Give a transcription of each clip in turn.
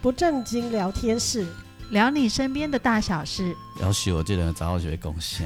不正经聊天室， 聊你身边的大小事。 要是我这人早就会讲啥。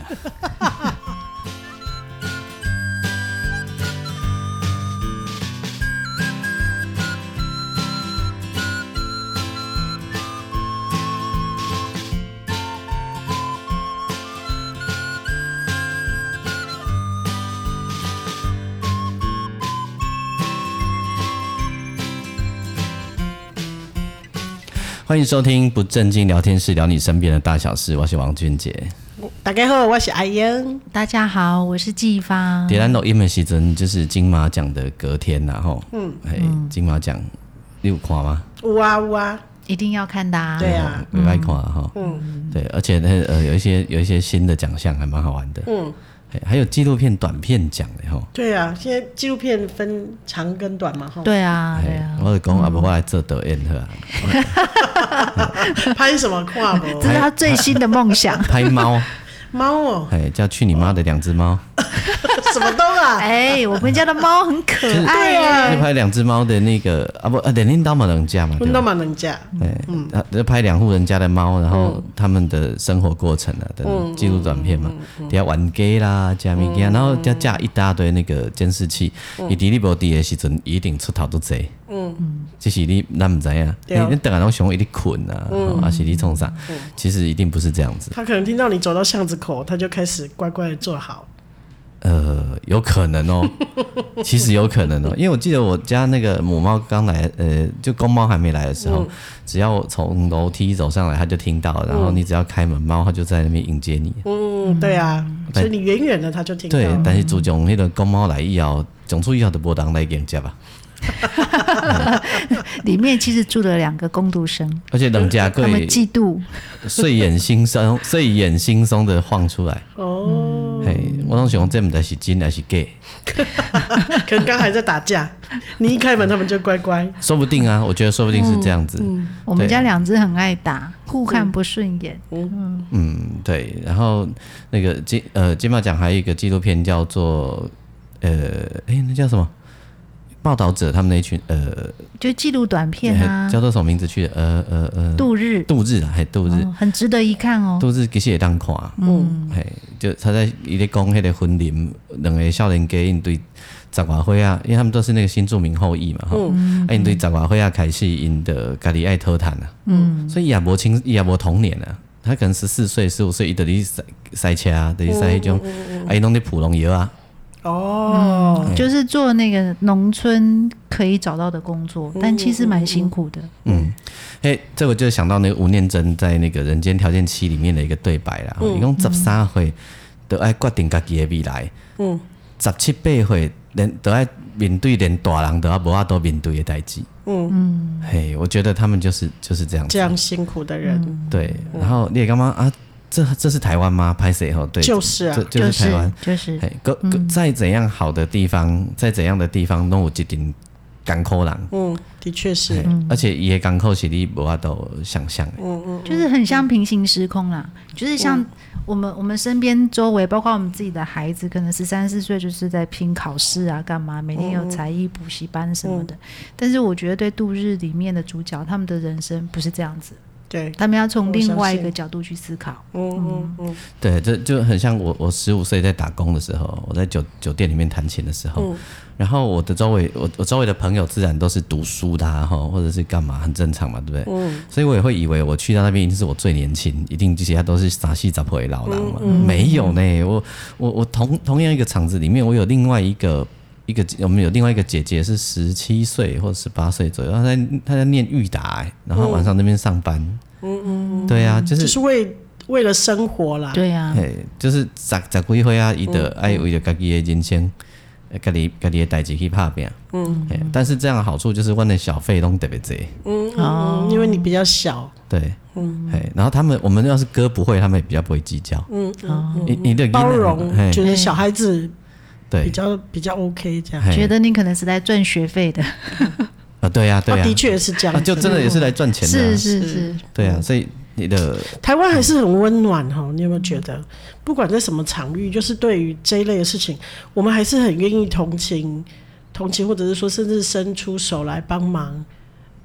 欢迎收听不正经聊天室，聊你身边的大小事。我是王俊杰。 大家好，我是阿英。 大家好，我是季芳。 在咱录音的时阵，就是金马奖的隔天啦，吼。金马奖你有看吗？ 有啊有啊， 一定要看的啊。 对啊， 没爱看哈。对，而且有一些新的奖项还蛮好玩的。还有纪录片短片奖的吼。 对啊，现在纪录片分长跟短嘛，吼。 对啊，对啊。 我就讲啊，不我来做导演好啊。 拍什么跨模？ 这是他最新的梦想。 拍猫。 猫哦， 叫去你妈的两只猫。 什么都啊！ 我们家的猫很可爱啊。 就拍两只猫的那个连领导嘛能嫁嘛， 领导嘛能嫁。 就拍两户人家的猫，然后他们的生活过程啊的记录短片嘛，底下玩 gay 啦，加物件，然后再架一大堆那个监视器，伊伫你无伫的时阵一定出头都济。这是咱不知道，你等下拢想一直困啊，还是你冲啥？其实一定不是这样子。 他可能听到你走到巷子口，他就开始乖乖的坐好。 有可能哦，其实有可能哦，因为我记得我家那个母猫刚来，就公猫还没来的时候，只要我从楼梯走上来，它就听到了，然后你只要开门，猫它就在那边迎接你。 对啊，所以你远远的它就听到。 对，但是自从那个公猫来以后，从出以后就没人来迎接吧。 里面其实住了2个工读生， 而且人家他们嫉妒， 睡眼惺忪的晃出来。我拢想这不知是真还是假， 可能刚还在打架，你一开门他们就乖乖。 说不定啊，我觉得说不定是这样子。 我们家2只很爱打，互看不顺眼。 对。然后那个金马奖还有一个纪录片叫做那叫什么？报道者他们那一群就记录短片啊， 叫做什么名字去的？度日啊，度日， 很值得一看哦。 度日其实也当看，就他在伊咧讲迄个婚林2个少年家因对10外岁啊，因为他们都是那个新住民后裔嘛，因对10外岁啊开始因的家己爱讨谈啊，所以伊也无童年啊，他可能14岁、15岁，伊就咧塞车啊，就咧塞迄种，伊拢咧捕龙药啊。 就是做那个农村可以找到的工作，但其实蛮辛苦的。 这我就想到那个吴念真在那个《人间条件7》里面的一个对白啦。伊讲13岁就要决定自己的未来，17、18岁就要面对连大人都要无法度面对的代志。我觉得他们就是这样子， 这样辛苦的人。 对，然后你也干嘛啊？这是台湾吗？拍谁吼？对， 就是啊， 就是台湾， 就是再怎样好的地方，在怎样的地方都有一定港口人。 的确是， 而且伊的港口是你无法度想象的。 就是很像平行时空啦，就是像我们身边周围，包括我们自己的孩子，可能13、14岁就是在拼考试啊，干嘛，每天有才艺补习班什么的。但是我觉得对度日里面的主角，他们的人生不是这样子。 对， 他们要从另外一个角度去思考。 对，这就很像我15岁在打工的时候，我在酒店里面弹琴的时候，然后我周围的朋友自然都是读书的啊，或者是干嘛，很正常嘛，对不对？所以我也会以为我去到那边一定是我最年轻，一定其他都是30、40岁的老人嘛。没有呢，我同样一个场子里面，我有另外我们有另外一个姐姐是17岁或者18岁左右，她在念预达，然后晚上那边上班。对啊，就是为了生活啦。 对啊， 就是十几岁啊，伊就爱为了家己的人生，家己的代志去打拼。但是这样的好处就是我的小费都特别多。 因为你比较小。 对。然后我们要是歌不会，他们也比较不会计较。你的包容，觉得小孩子。 对， 比较 OK 这样， 觉得你可能是来赚学费的。 对啊， 的确是这样， 就真的也是来赚钱的。 是， 对啊，所以你的台湾还是很温暖哈，你有没有觉得？不管在什么场域，就是对于这一类的事情，我们还是很愿意同情，或者是说甚至伸出手来帮忙。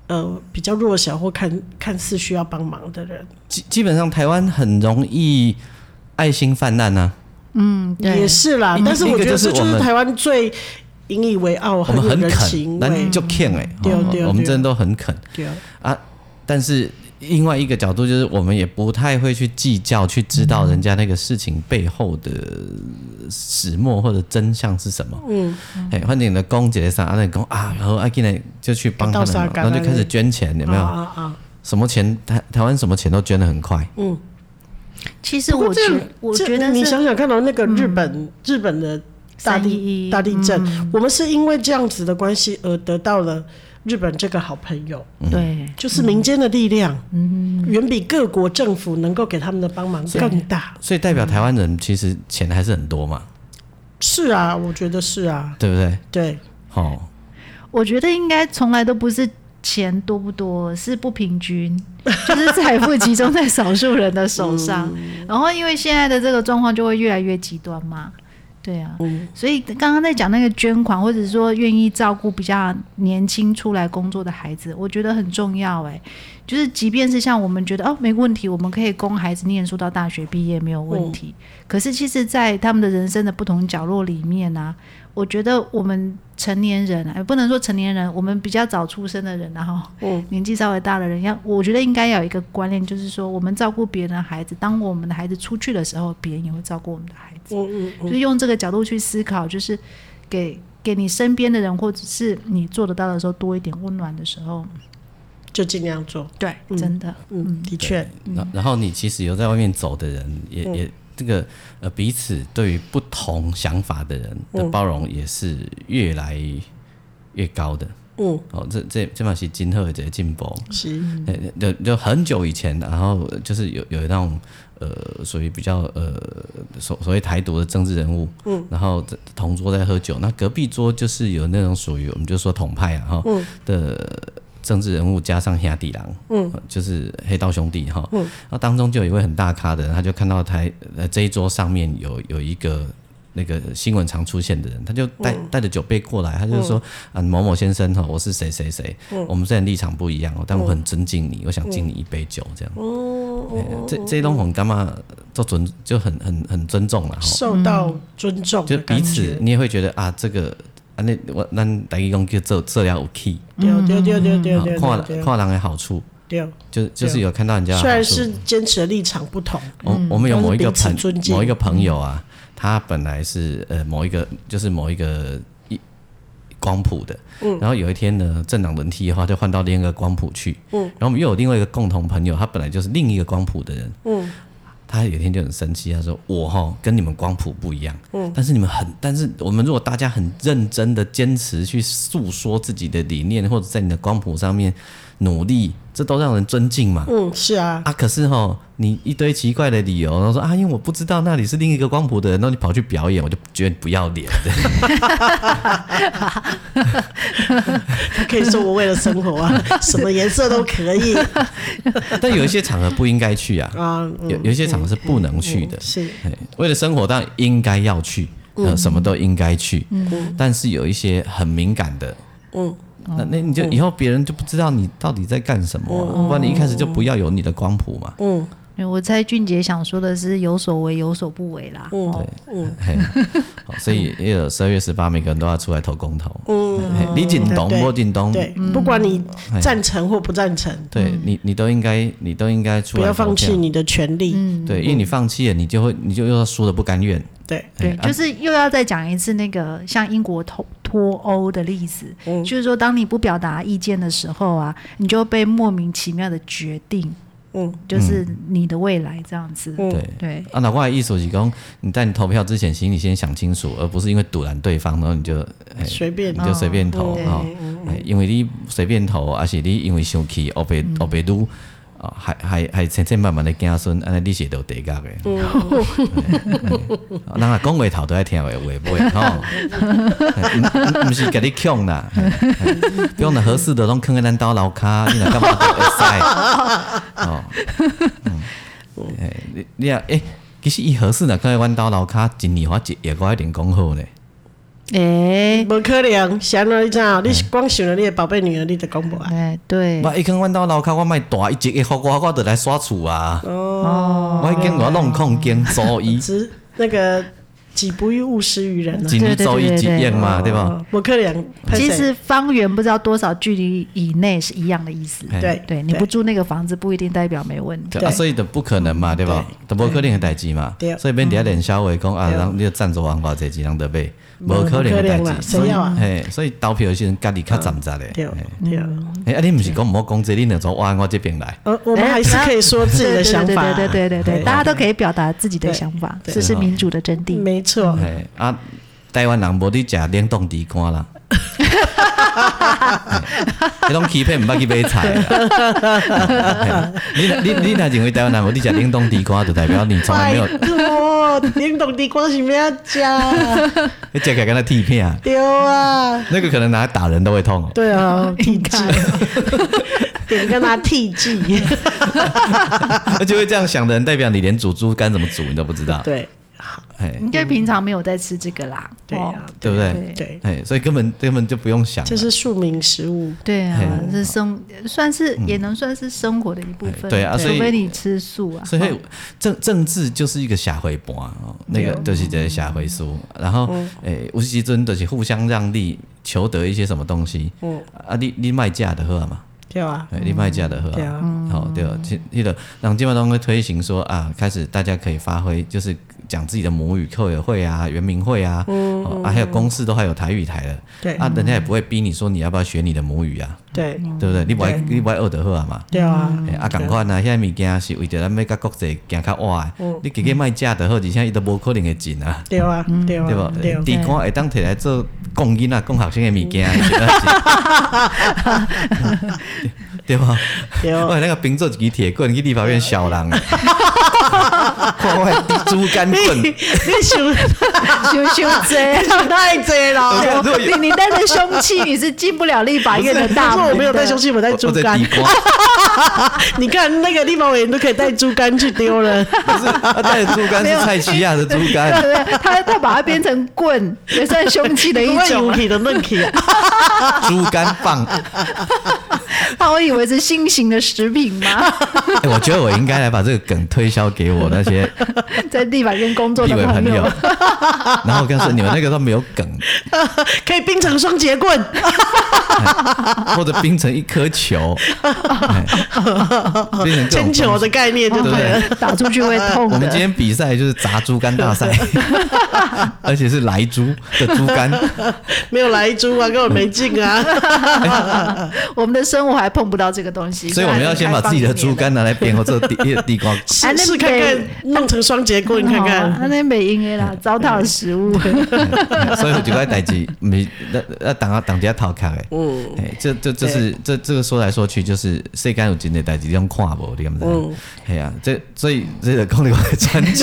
比较弱小或看似需要帮忙的人。 基本上台湾很容易爱心泛滥啊。 也是啦，但是我觉得这就是台湾最引以为傲，很有人情味， 我们很肯，就欠我们真的都很肯啊。但是另外一个角度就是，我们也不太会去计较，去知道人家那个事情背后的始末或者真相是什么。反正你的公姐上，你讲啊，然后阿进来就去帮他们，然后就开始捐钱，有没有？什么钱？台湾什么钱都捐得很快。 其实我觉得你想想看到那个日本的大地震，我们是因为这样子的关系而得到了日本这个好朋友。 对， 就是民间的力量，远比各国政府能够给他们的帮忙更大。 所以代表台湾人其实钱还是很多嘛。 是啊，我觉得是啊， 对不对？ 对。 我觉得应该从来都不是钱多不多，是不平均，就是财富集中在少数人的手上。然后因为现在的这个状况就会越来越极端嘛。对啊，所以刚刚在讲那个捐款，或者说愿意照顾比较年轻出来工作的孩子，我觉得很重要。就是即便是像我们觉得没问题，我们可以供孩子念书到大学毕业没有问题，可是其实在他们的人生的不同角落里面啊，我觉得我们成年人也不能说成年人，我们比较早出生的人，然后年纪稍微大的人，我觉得应该要有一个观念，就是说我们照顾别人的孩子，当我们的孩子出去的时候，别人也会照顾我们的孩子。就是用这个角度去思考，就是给你身边的人，或者是你做得到的时候，多一点温暖的时候， 就尽量做。 对，真的， 的确。 然后你其实有在外面走的人，也这个彼此对于不同想法的人的包容也是越来越高的。这嘛是真好的一个进步。 是， 就很久以前，然后就是有那种属于比较所谓台独的政治人物，然后同桌在喝酒，那隔壁桌就是有那种属于我们就说统派啊的政治人物加上兄弟郎，就是黑道兄弟哈，然后当中就有一位很大咖的人，他就看到这一桌上面有一个那个新闻常出现的人，他就带着酒杯过来，他就说某某先生我是谁谁谁，我们虽然立场不一样但我很尊敬你，我想敬你一杯酒这样。这种很干嘛就很尊重了， 受到尊重的感觉， 就彼此你也会觉得这个咱台语讲叫做了有气， 对， 看人的好处。就是有看到人家的好处， 虽然是坚持的立场不同， 我们有某一个朋友啊，他本来是某一个光谱的，然后有一天呢，政党轮替的话，就换到另一个光谱去，然后我们又有另外一个共同朋友，他本来就是另一个光谱的人，他有一天就很生气，他说：“我跟你们光谱不一样，但是我们如果大家很认真的坚持去诉说自己的理念，或者在你的光谱上面努力，这都让人尊敬嘛。” 是啊。 可是你一堆奇怪的理由，然后说因为我不知道那里是另一个光谱的人，然后你跑去表演，我就觉得你不要脸的。 他可以说我为了生活什么颜色都可以。 但有一些场合不应该去有一些场合是不能去的。 是为了生活当然应该要去，什么都应该去。但是有一些很敏感的，那你就以后别人就不知道你到底在干什么，不然你一开始就不要有你的光谱嘛。 我猜俊杰想说的是有所为有所不为啦。 所以12月18每个人都要出来投公投。你进动不进动， 对，不管你赞成或不赞成， 对你都应该出来投票， 不要放弃你的权利。 对，因为你放弃了，你就又要输得不甘愿。 对， 就是又要再讲一次那个像英国脱欧的例子，就是说当你不表达意见的时候你就被莫名其妙的决定。就是你的未来这样子。对。 那我的意思是说，你在你投票之前，请你先想清楚，而不是因为堵拦对方，然后你就随便投因为你随便投，还是你因为生气，黑白撸。还千万的子孙，安尼你是都地角的。人讲话头都爱听话尾，不是给你呛啦。不用合适的拢囥在咱家楼骹，你若干嘛都会使。你其实伊合适若囥在阮家楼骹，一年我也一定讲好呢。 无可能，想到你知道，你光想到你的宝贝女儿，你就讲无啊。 对。 我一看阮兜楼骹，我卖大一集我就来刷厝啊。我已经我弄空间租伊。 那个己不欲，勿施于人啊。 仅租伊一样嘛，对吧？ 无可能。 其实方圆不知道多少距离以内是一样的意思。对，你不住那个房子不一定代表没问题。 所以就不可能嘛，对吧？都无可能的代志嘛。所以免伫遐练销话讲啊，人你赞助完偌济钱人得买。无可能的代志，所以投票的时阵家己较站实的。 对。 你不是讲唔好讲这，你两种我这边来。 我们还是可以说自己的想法。 对，大家都可以表达自己的想法，这是民主的真谛。 没错。 台湾人无伫食冷冻地瓜啦。迄种欺骗唔捌去买菜啦。你若认为台湾人无伫食冷冻地瓜，就代表你从来没有。 冷冻地瓜是咩要食？ 你食起来跟他剃片。 对啊。 那个可能拿来打人都会痛。 对啊，剃剂。点跟他剃剂。 而且会这样想的人，代表你连煮猪肝怎么煮你都不知道。 对。 应该平常没有在吃这个啦， 对啊， 对不对？ 对， 所以根本就不用想， 这是庶民食物， 对啊，是算是也能算是生活的一部分， 对啊， 除非你吃素啊。 所以政治就是一个社会盘哦，那个就是这个社会书，然后有时阵就是互相让利，求得一些什么东西，你卖价的好嘛。 对啊， 你卖价的好， 对啊， 好对，那个让基本上会推行说啊，开始大家可以发挥，就是讲自己的母语，客委会啊、原民会啊，还有公视都还有台语台的， 对啊，人家也不会逼你说你要不要学你的母语啊， 对不对？你不爱学就好啊嘛， 对啊， 同款啊，遐物件是为着咱要甲国际行较晏的，你直接卖价就好，而且伊都无可能会进啊， 对啊，对吧？地瓜会当摕来做讲囡仔、讲学生的物件，对吧？我那个冰做一支铁棍去立法院小人，看我猪肝棍， 你想太济了。 你带着凶器，你是进不了立法院的大门。 我没有带凶器，我带猪肝。你看那个立法委员都可以带猪肝去丢了。 不是，他带的猪肝是蔡奇亚的猪肝。 他把它变成棍，也算凶器的一种。 的论体猪肝棒。 他会以为是新型的食品吗？ 我觉得我应该来把这个梗推销给我那些在立法院工作的朋友， 然后我跟他说你们那个都没有梗， 可以冰成双节棍， 或者冰成一颗球，变成铅球的概念就对了， 打出去会痛的。 我们今天比赛就是炸猪肝大赛，而且是来猪的猪肝， 没有来猪啊，根本没劲啊。 我们的生活还碰不到这个东西， 所以我们要先把自己的猪肝拿来变成这个地瓜， 试看看弄成双节棍看看。 那没应该啦，糟蹋食物。 所以有几块代志，要当家头壳的。就是这个说来说去，就是世间有真的代志，你用看无，你敢不知？系啊，所以这个讲另外专辑。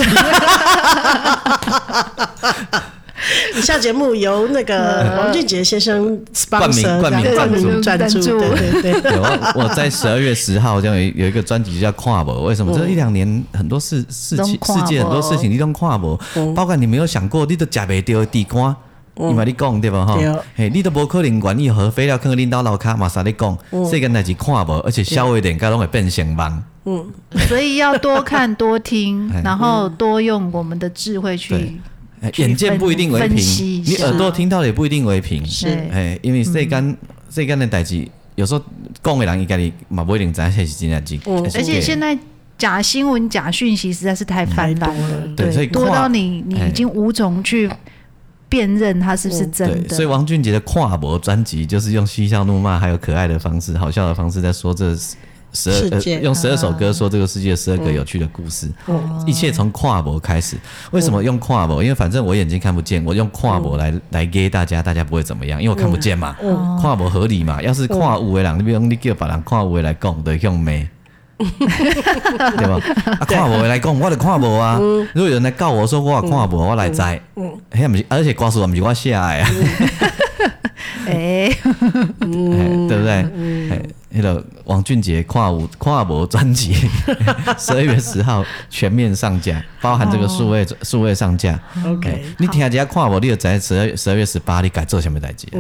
以下节目由那个王俊杰先生冠名赞助。对， 我在12月10号这样有一个专辑叫《看无》，为什么？这1-2年很多世界很多事情你都看无，包括你没有想过，你都食袂到的地瓜。因为你讲对吧？哈，你都无可能愿意和废料放恁兜楼骹嘛？啥你讲？世间代志看无，而且消一点，该拢会变成梦。 所以要多看多听，然后多用我们的智慧去。 眼见不一定为凭，你耳朵听到的也不一定为凭。 是， 因为世间的代志，有时候讲的人应该嘛不一定知道是真的真。 而且现在假新闻、假讯息实在是太泛滥了， 对，所以多到你已经无从去辨认它是不是真的。 所以王俊杰的跨博专辑就是用嬉笑怒骂还有可爱的方式、好笑的方式在说这用12首歌说这个世界12个有趣的故事，一切从跨博开始。为什么用跨博？因为反正我眼睛看不见，我用跨博来给大家不会怎么样，因为我看不见嘛。跨博合理嘛？要是跨有的人，你叫别人跨有的来讲，就用骂。对吧？看无来讲，我就看无啊。如果有人来告我说我看无，我来知。而且歌词也不是我写的啊。对不对？ 那个王俊杰跨博专辑12月10号全面上架，包含这个数位上架。 OK， 你听一下跨博，你就知12月18你该做什么代志。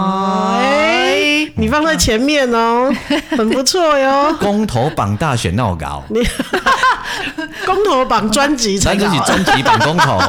你放在前面哦，很不错哟。 公投榜大选闹搞， 公投榜专辑才搞， 咱就是专辑版公投，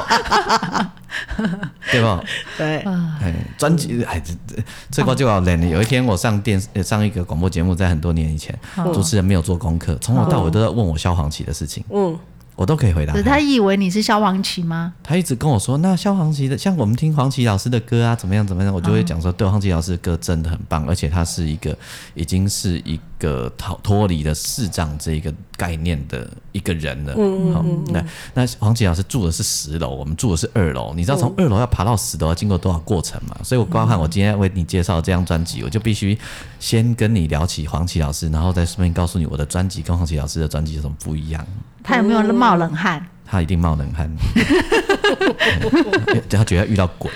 对吧？ 对， 专辑这个就要练。有一天我上一个广播节目，在很多年以前，主持人没有做功课，从头到尾都在问我萧煌奇的事情。我都可以回答他以为你是萧煌奇吗？ 他一直跟我说，那萧煌奇的，像我们听黄奇老师的歌啊，怎么样怎么样，我就会讲说，对，黄奇老师的歌真的很棒，而且他是已经是一个脱离了视障这一个概念的一个人了。那黄奇老师住的是10楼，我们住的是2楼，你知道从2楼要爬到10楼要经过多少过程吗？所以我包含我今天为你介绍这张专辑，我就必须先跟你聊起黄奇老师，然后再顺便告诉你我的专辑跟黄奇老师的专辑有什么不一样。 他有没有冒冷汗？ 他一定冒冷汗，他觉得遇到鬼。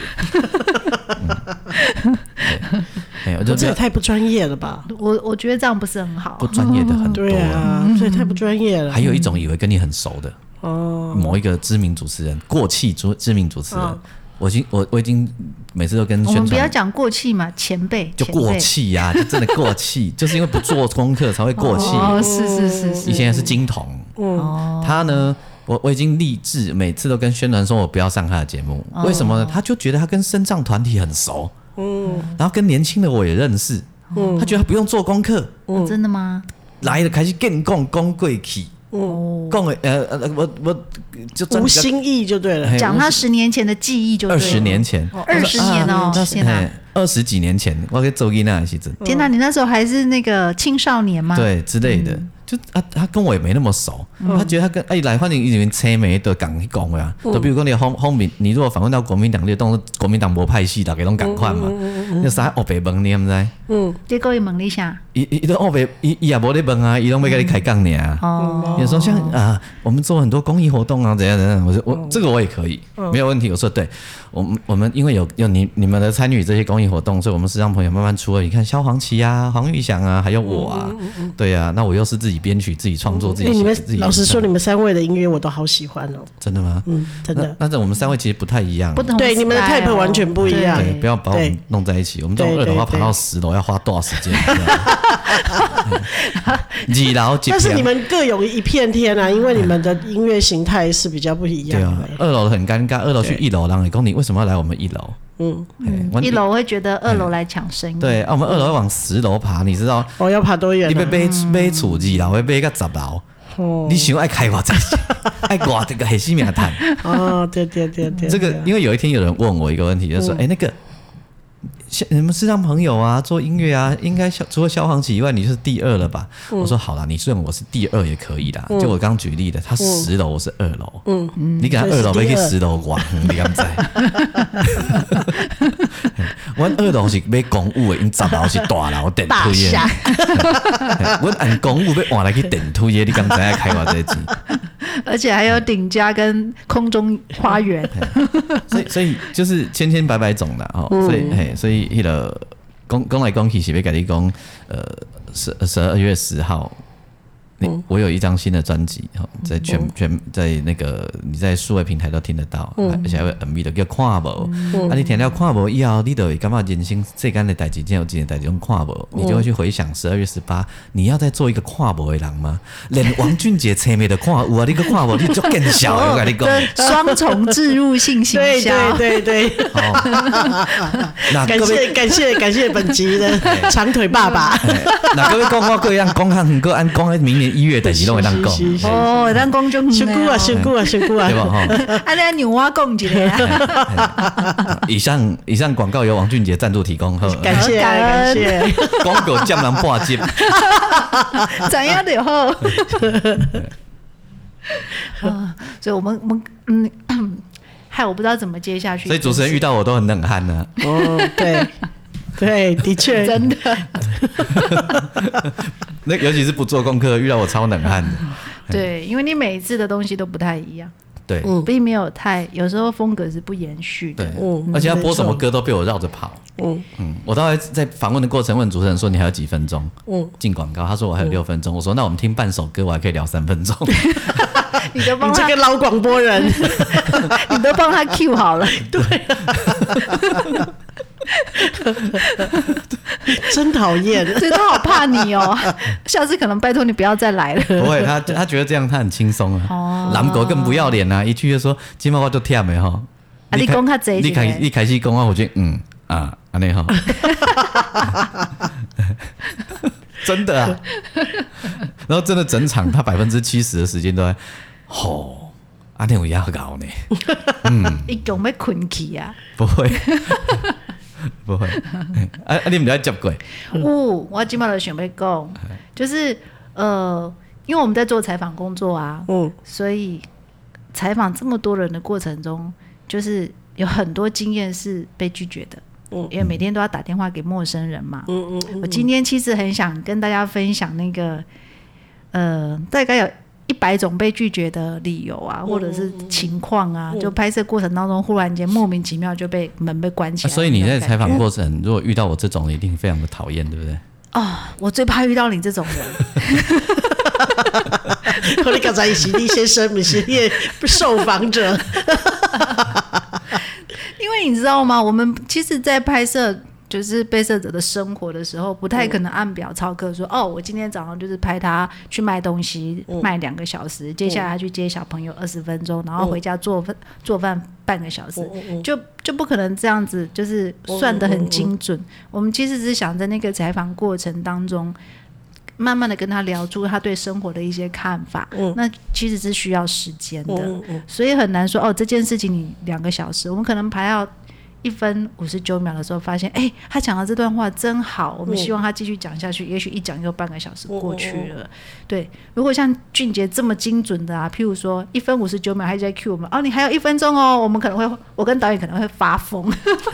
这也太不专业了吧？ 我觉得这样不是很好， 不专业的很多。 对啊，这也太不专业了。 还有一种以为跟你很熟的某一个知名主持人，过气知名主持人。我已经每次都跟宣传， 我们不要讲过气嘛，前辈就过气呀，就真的过气，就是因为不做功课才会过气。 是。 以前是金童，他呢，我已经立志每次都跟宣传说我不要上他的节目，为什么呢？他就觉得他跟身障团体很熟，然后跟年轻的我也认识，他觉得他不用做功课。 真的吗？ 来了开始跟讲过去。讲我就无新意就对了， 讲他10年前的记忆就对了。 20年前 ，20年哦，天哪 ，20几年前，我在做囡仔的时阵， 天哪，你那时候还是那个青少年吗？ 对之类的。就他跟我也没那么熟，他觉得他跟来反正以前车媒都讲去讲呀，就比如说你如果访问到国民党，你当国民党无派系的，给拢赶快嘛，那啥黑白问你唔知？ 结果伊问你啥？ 伊都黑白，伊也无咧问啊，伊拢要跟你开讲尔。有时候像我们做很多公益活动啊，怎样怎样，我这个我也可以，没有问题。我说对，我们因为有你们的参与这些公益活动，所以我们视障朋友慢慢出了。你看萧煌奇啊、黄玉祥啊，还有我啊，对啊，那我又是自己编曲、自己创作、自己写。 你们老实说，你们3位的音乐我都好喜欢哦。 真的吗？ 真的。 但是我们3位其实不太一样， 对，你们的 type 完全不一样。 对，不要把我们弄在一起。我们从2楼要爬到10楼要花多少时间？2楼但是你们各有一片天啊，因为你们的音乐形态是比较不一样的。 对啊，2楼很尴尬，2楼去1楼，然后你说你为什么要来我们1楼 ？1楼会觉得2楼来抢生意。 对，我们2楼要往10楼爬，你知道？ 要爬多远？ 你要买厝2楼，要买到10楼。你想爱开偌济，爱挂这个黑死命谈。 对。 这个，因为有一天有人问我一个问题，就是说，那个你们视障朋友啊，做音乐啊，应该除了萧煌奇以外，你就是第2了吧？我说好啦，你虽然我是第2也可以啦。就我刚举例的，他10楼，我是2楼。你给他2楼，要去10楼玩，你敢知？我2楼是买公务的，因10楼是大楼电梯的。我按公务要换来去电梯的，你敢知？开偌济钱？ 而且还有顶家跟空中花园。 所以就是千百种啦，所以迄个讲来讲去是要跟你讲，12月10号，我有一张新的专辑，在在那个你在数位平台都听得到，而且还有 MV 的叫看无，你听了看无以后，你就会感觉人生世间的代志，真有真的代志用看无，你就会去回想12月18，你要再做一个看无的人吗？连王俊杰车妹的看有啊，你个看无，你就更小，我跟你讲， 双重置入性行销， 对。感谢本集的长腿爸爸。 那各位讲我各样讲较远，个按讲喺明年1月的时拢会当讲。 咱讲就辛苦啊， 对吧？ 安尼牛蛙讲一个。 以上广告由王俊杰赞助提供。 感谢。 广告占人半集。 怎样的好？所以我们害我不知道怎么接下去。 所以主持人遇到我都很冷汗呢。 对，的确， 真的。 那尤其是不做功课，遇到我超冷汗的。 对，因为你每一次的东西都不太一样。 对， 并没有有时候风格是不延续的。 对，而且要播什么歌都被我绕着跑。我大概在访问的过程问主持人说你还有几分钟？进广告，他说我还有6分钟。我说那我们听半首歌，我还可以聊3分钟。 你这个老广播人， 你都帮他 Q 好了。 对。真讨厌， 所以都好怕你哦。下次可能拜托你不要再来了。 不会，他觉得这样他很轻松啊。蓝狗更不要脸啊，一句就说今晚我就忝的吼。 你讲较济， 你开始讲啊，我觉得安尼吼。真的啊。然后真的整场他70%的时间都在吼，安尼有压搞呢。 你讲要困去啊？ 不会。不会，你们在接过？ 我今晚就想要讲，就是因为我们在做采访工作啊，所以采访这么多人的过程中，就是有很多经验是被拒绝的，因为每天都要打电话给陌生人嘛。我今天其实很想跟大家分享那个，大概有100种被拒绝的理由啊，或者是情况啊，就拍摄过程当中忽然间莫名其妙就门被关起来。 所以你在采访过程，如果遇到我这种，一定非常的讨厌，对不对？ 我最怕遇到你这种人。 你刚才是你先生，不是你受访者。 因为你知道吗？我们其实，在拍摄就是被摄者的生活的时候，不太可能按表操课说，我今天早上就是拍他去卖东西，卖2个小时，接下来他去接小朋友20分钟，然后回家做饭半个小时，就不可能这样子，就是算得很精准。我们其实只是想在那个采访过程当中，慢慢的跟他聊出他对生活的一些看法，那其实是需要时间的，所以很难说这件事情你2个小时，我们可能排到1分59秒的时候，发现他讲的这段话真好，我们希望他继续讲下去，也许一讲又半个小时过去了。对，如果像俊杰这么精准的啊，譬如说1分59秒还在 cue 我们，你还有1分钟哦，我跟导演可能会发疯。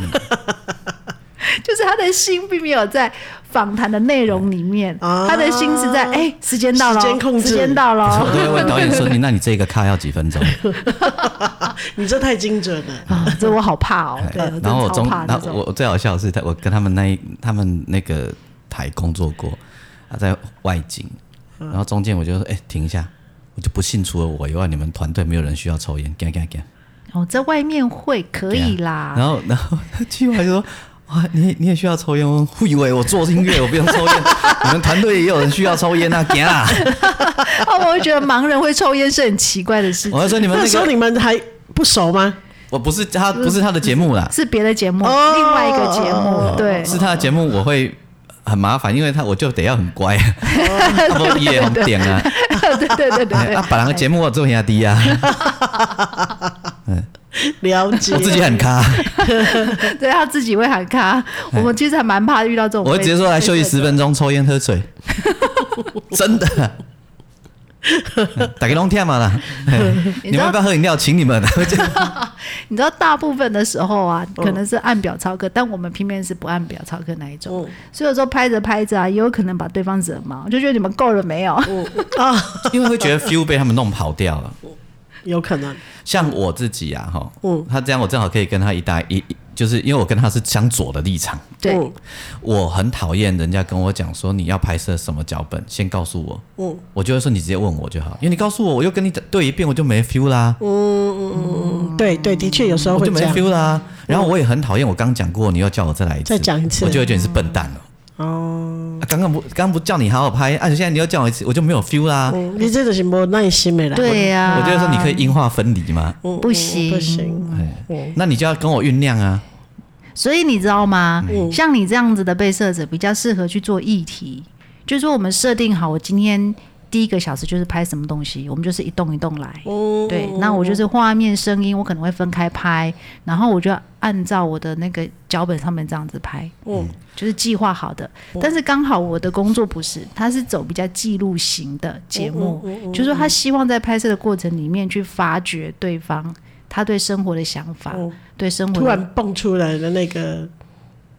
就是他的心并没有在访谈的内容里面，他的心是在时间到了，时间到了。 我都会问导演说：“那你这个卡要几分钟？” 你这太精准了， 这我好怕哦。对， 然后我最好笑的是，我跟他们那个台工作过，在外景，然后中间我就说：“停一下，我就不信除了我以外，你们团队没有人需要抽烟，干。” 在外面会可以啦。 然后计划就说。你也需要抽烟？我以为我做音乐我不用抽烟，你们团队也有人需要抽烟啊，行啊！ 我会觉得盲人会抽烟是很奇怪的事情。 我说那时候你们还不熟吗？ 我不是他的节目啦， 是别的节目，另外一个节目，对， 是他的节目，我会很麻烦，因为我就得要很乖，我也很点啊， 对， 把人的节目我做兄弟啊。 了解， 我自己很咖， 对，他自己会喊咖。我们其实还蛮怕遇到这种。 我会直接说来休息10分钟，抽烟喝水，真的。大家都忝嘛啦，你们要不要喝饮料？请你们。 你知道大部分的时候啊，可能是按表操课，但我们偏偏是不按表操课那一种，所以有时候拍着拍着啊，也有可能把对方惹毛，就觉得你们够了没有？ 因为会觉得 feel 被他们弄跑掉了。 有可能， 像我自己啊，他这样我正好可以跟他就是因为我跟他是相左的立场。 对， 我很讨厌人家跟我讲说你要拍摄什么脚本，先告诉我，我就会说你直接问我就好，因为你告诉我，我又跟你对一遍，我就没 feel 啦。 对，的确有时候会这样， 我就没 feel 啦。然后我也很讨厌我刚讲过，你又叫我再来一次， 再讲一次， 我就会觉得你是笨蛋了。刚不叫你好好拍，现在你又叫我一次，我就没有 feel 啦。 你这就是没耐心的啦。 对呀， 我就说你可以音画分离吗？ 不行， 不行。 那你就要跟我酝酿啊。 所以你知道吗？像你这样子的被摄者，比较适合去做议题，就是说我们设定好，我今天第1个小时就是拍什么东西，我们就是一动一动来。对，那我就是画面、声音，我可能会分开拍，然后我就要按照我的那个脚本上面这样子拍。就是计划好的。但是刚好我的工作不是，它是走比较记录型的节目，就是说他希望在拍摄的过程里面去发掘对方他对生活的想法，对生活的突然蹦出来的那个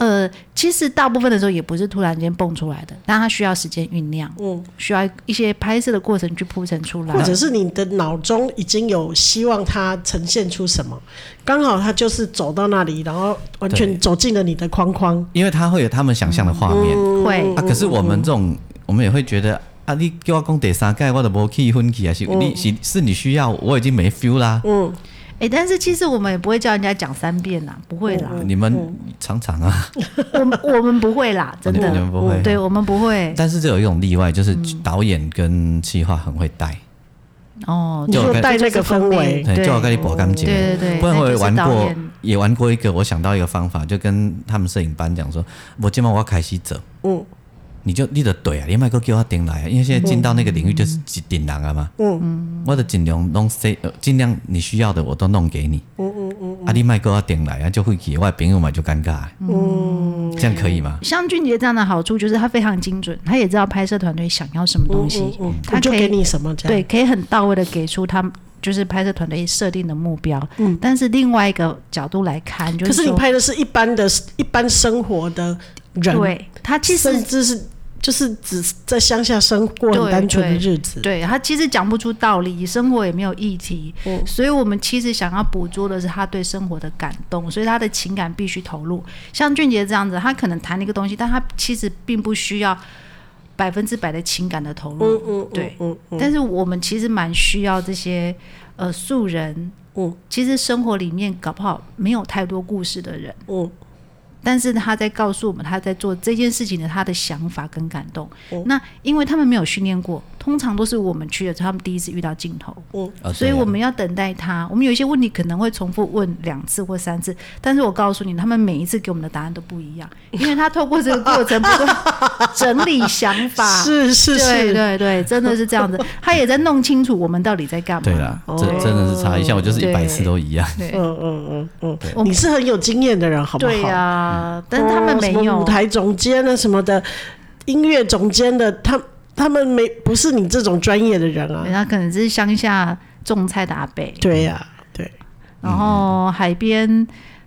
其实大部分的时候也不是突然间蹦出来的，但它需要时间酝酿，需要一些拍摄的过程去铺陈出来， 或者是你的脑中已经有希望它呈现出什么，刚好它就是走到那里，然后完全走进了你的框框， 因为它会有他们想象的画面， 会可是我们这种，我们也会觉得啊，你叫我讲第三届我都没气氛去，还是你需要，我已经没 feel 啦。 但是其实我们也不会叫人家讲3遍啦，不会啦。 你们常常啊， 我们不会啦，真的， 你们不会， 对我们不会。 但是这有一种例外，就是导演跟企划很会带。 你说带那个氛围， 对，就我跟你博感情， 对， 不然我也玩过一个，我想到一个方法，就跟他们摄影班讲说，我今晚我要开始走，你就对啊，你别叫我顶来啊，因为现在进到那个领域就是顶人啊嘛，我就尽量弄尽量你需要的我都弄给你，你别叫我顶来啊，就会给我的朋友嘛就尴尬，这样可以吗？ 像俊杰这样的好处就是他非常精准，他也知道拍摄团队想要什么东西， 他就给你什么这样， 对，可以很到位的给出他就是拍摄团队设定的目标，但是另外一个角度来看，就是可是你拍的是一般生活的人， 对，他其实甚至是就是只在乡下生过很单纯的日子， 对，他其实讲不出道理，生活也没有议题，所以我们其实想要捕捉的是他对生活的感动，所以他的情感必须投入。像俊杰这样子，他可能谈一个东西，但他其实并不需要100%的情感的投入，对，但是我们其实蛮需要这些素人，其实生活里面搞不好没有太多故事的人，但是他在告诉我们他在做这件事情的他的想法跟感动，那因为他们没有训练过，通常都是我们去的时候他们第一次遇到镜头，所以我们要等待他，我们有一些问题可能会重复问2次或3次，但是我告诉你他们每一次给我们的答案都不一样，因为他透过这个过程不断整理想法是对，真的是这样子，他也在弄清楚我们到底在干嘛。 对啦，这真的是差一下，我就是100次都一样。 你是很有经验的人，好不好？ 对啊，但是他们没有， 什么舞台总监啊什么的，音乐总监的，他们不是你这种专业的人啊。 他可能是乡下种菜的阿伯。 对呀，对。 然后海边，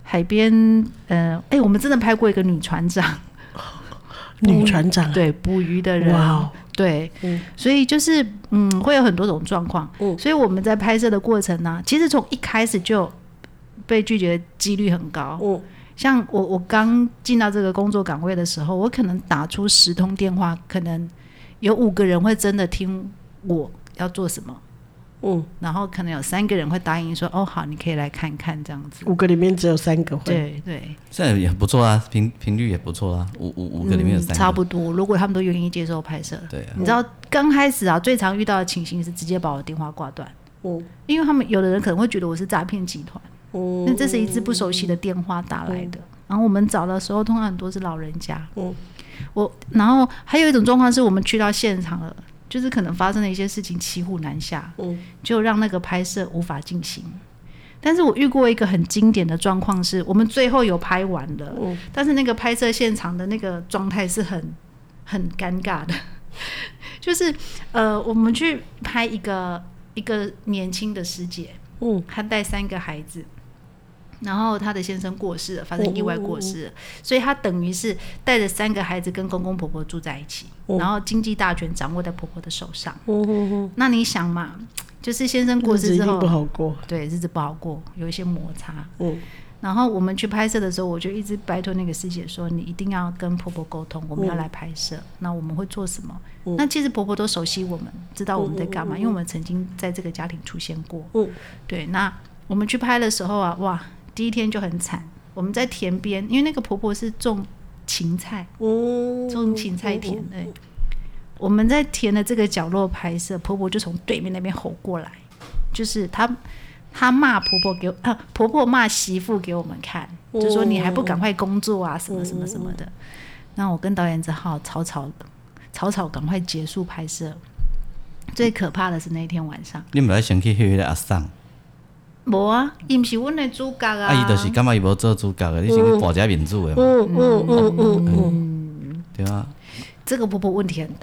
我们真的拍过一个女船长。 女船长， 对，捕鱼的人， 哇， 对，所以就是会有很多种状况，所以我们在拍摄的过程呢，其实从一开始就被拒绝的几率很高。像我刚进到这个工作岗位的时候，我可能打出10通电话，可能有5个人会真的听我要做什么。然后可能有3个人会答应说哦好，你可以来看看这样子。 5个里面只有3个会。 对， 现在也不错啊，频率也不错啊，五个里面有3个， 差不多。如果他们都愿意接受拍摄， 对啊， 你知道刚开始啊，最常遇到的情形是直接把我的电话挂断。因为他们有的人可能会觉得我是诈骗集团，那这是一支不熟悉的电话打来的。然后我们找的时候，通常很多是老人家。然后还有一种状况是我们去到现场了。就是可能发生了一些事情骑虎难下，就让那个拍摄无法进行。但是我遇过一个很经典的状况是，我们最后有拍完了，但是那个拍摄现场的那个状态是很尴尬的。就是我们去拍一个年轻的师姐，她带3个孩子。然后她的先生过世了，发生意外过世了，所以她等于是带着3个孩子跟公公婆婆住在一起，然后经济大权掌握在婆婆的手上。那你想嘛，就是先生过世之后，日子一定不好过， 对，日子不好过，有一些摩擦。然后我们去拍摄的时候，我就一直拜托那个师姐说，你一定要跟婆婆沟通，我们要来拍摄，那我们会做什么？那其实婆婆都熟悉我们，知道我们在干嘛，因为我们曾经在这个家庭出现过。对，那我们去拍的时候啊，哇！第一天就很惨，我们在田边，因为那个婆婆是种芹菜，种芹菜田。对，我们在田的这个角落拍摄，婆婆就从对面那边吼过来，就是她骂婆婆骂媳妇给我们看，就说你还不赶快工作啊，什么什么什么的。那我跟导演只好草草赶快结束拍摄。最可怕的是那天晚上， 你不要想起那个阿桑。 无啊，伊毋是阮的主角啊。 伊就是感觉伊无做主角的，你是保家民主的嘛。对啊。 这个婆婆问题很大，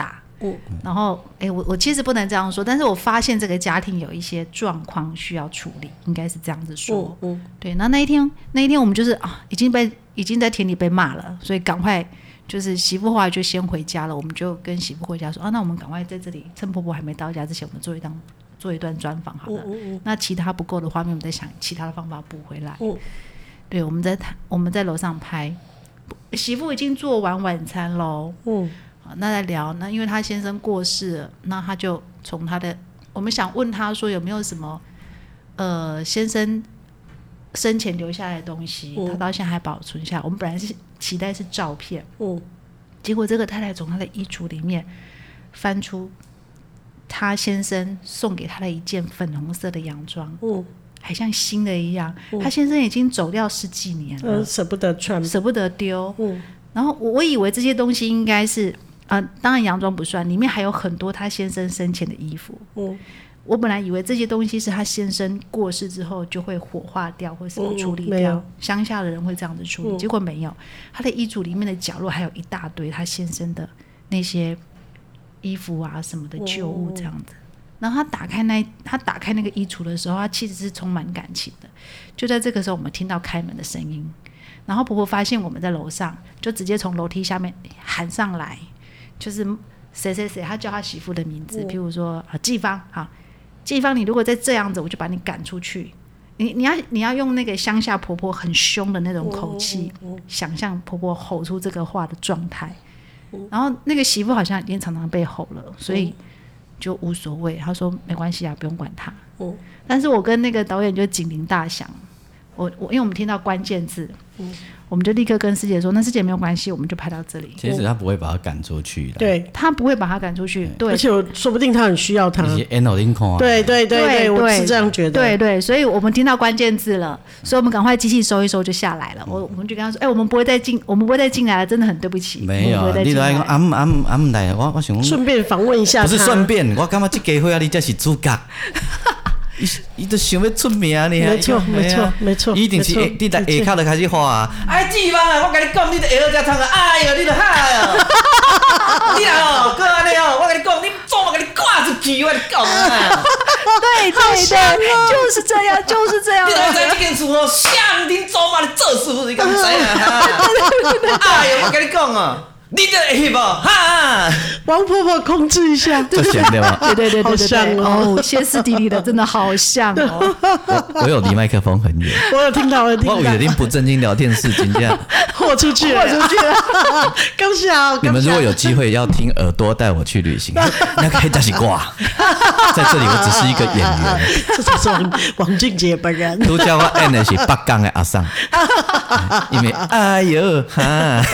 然后我其实不能这样说，但是我发现这个家庭有一些状况需要处理，应该是这样子说。对，那一天我们就是已经在田里被骂了，所以赶快就是媳妇后来就先回家了，我们就跟媳妇回家说那我们赶快在这里趁婆婆还没到家之前，我们做一段专访好了。那其他不够的画面，我们再想其他的方法补回来。对，我们在楼上拍，媳妇已经做完晚餐喽。那在聊，那因为他先生过世了，那他就从我们想问他说有没有什么先生生前留下来的东西，他到现在还保存下来。我们本来是期待是照片，结果这个太太从他的衣橱里面翻出他先生送给他的一件粉红色的洋装，还像新的一样。他先生已经走掉10几年了， 舍不得穿， 舍不得丢。然后我以为这些东西应该是当然洋装不算，里面还有很多他先生生前的衣服。我本来以为这些东西是他先生过世之后就会火化掉或什么处理掉，乡下的人会这样子处理，结果没有。他的衣橱里面的角落还有一大堆他先生的那些衣服啊什么的旧物这样子。然后他打开那个衣橱的时候，他其实是充满感情的。就在这个时候，我们听到开门的声音，然后婆婆发现我们在楼上，就直接从楼梯下面喊上来，就是谁谁谁，他叫他媳妇的名字，譬如说季芳，好，季芳，你如果再这样子，我就把你赶出去。你要用那个乡下婆婆很凶的那种口气，想象婆婆吼出这个话的状态。然后那个媳妇好像已经常常被吼了，所以就无所谓。他说没关系啊，不用管他。但是我跟那个导演就警铃大响，因为我们听到关键字，我们就立刻跟师姐说，那师姐没有关系，我们就拍到这里。 其实他不会把他赶出去的， 对， 他不会把他赶出去，对， 而且说不定他很需要他。对对对对，我是这样觉得。 对对，所以我们听到关键字了，所以我们赶快机器收一收就下来了。我们就跟他说，我们不会再进来了，真的很对不起。 没有，你来讲俺来，我想顺便访问一下他。 不是顺便，我感觉这家伙你才是主角。伊就想要出名呢， 没错， 一定是你在下骹就开始画啊！季芳啊，我跟你讲，你在下骹才唱啊！哎呦，你就嗨哦！你啦搁安尼我跟你讲，你做我给你挂出去，我跟你讲啊！ 对，就是这样。 你知这件事向恁祖妈的做事，你敢知啊？哎呦，我跟你讲啊！你这会翕哦，哈！ 王婆婆控制一下， 就像对吧？ 对， 好像哦，歇斯底里的，真的好像哦。 我有离麦克风很远， 我有听到。我为了恁不正经聊天室，真正豁出去了。恭喜啊！ 你们如果有机会要听耳朵带我去旅行，那可以但是挂。在这里，我只是一个演员， 这才是王俊杰本人。 都叫我演的是北港的阿桑，因为哎呦哈。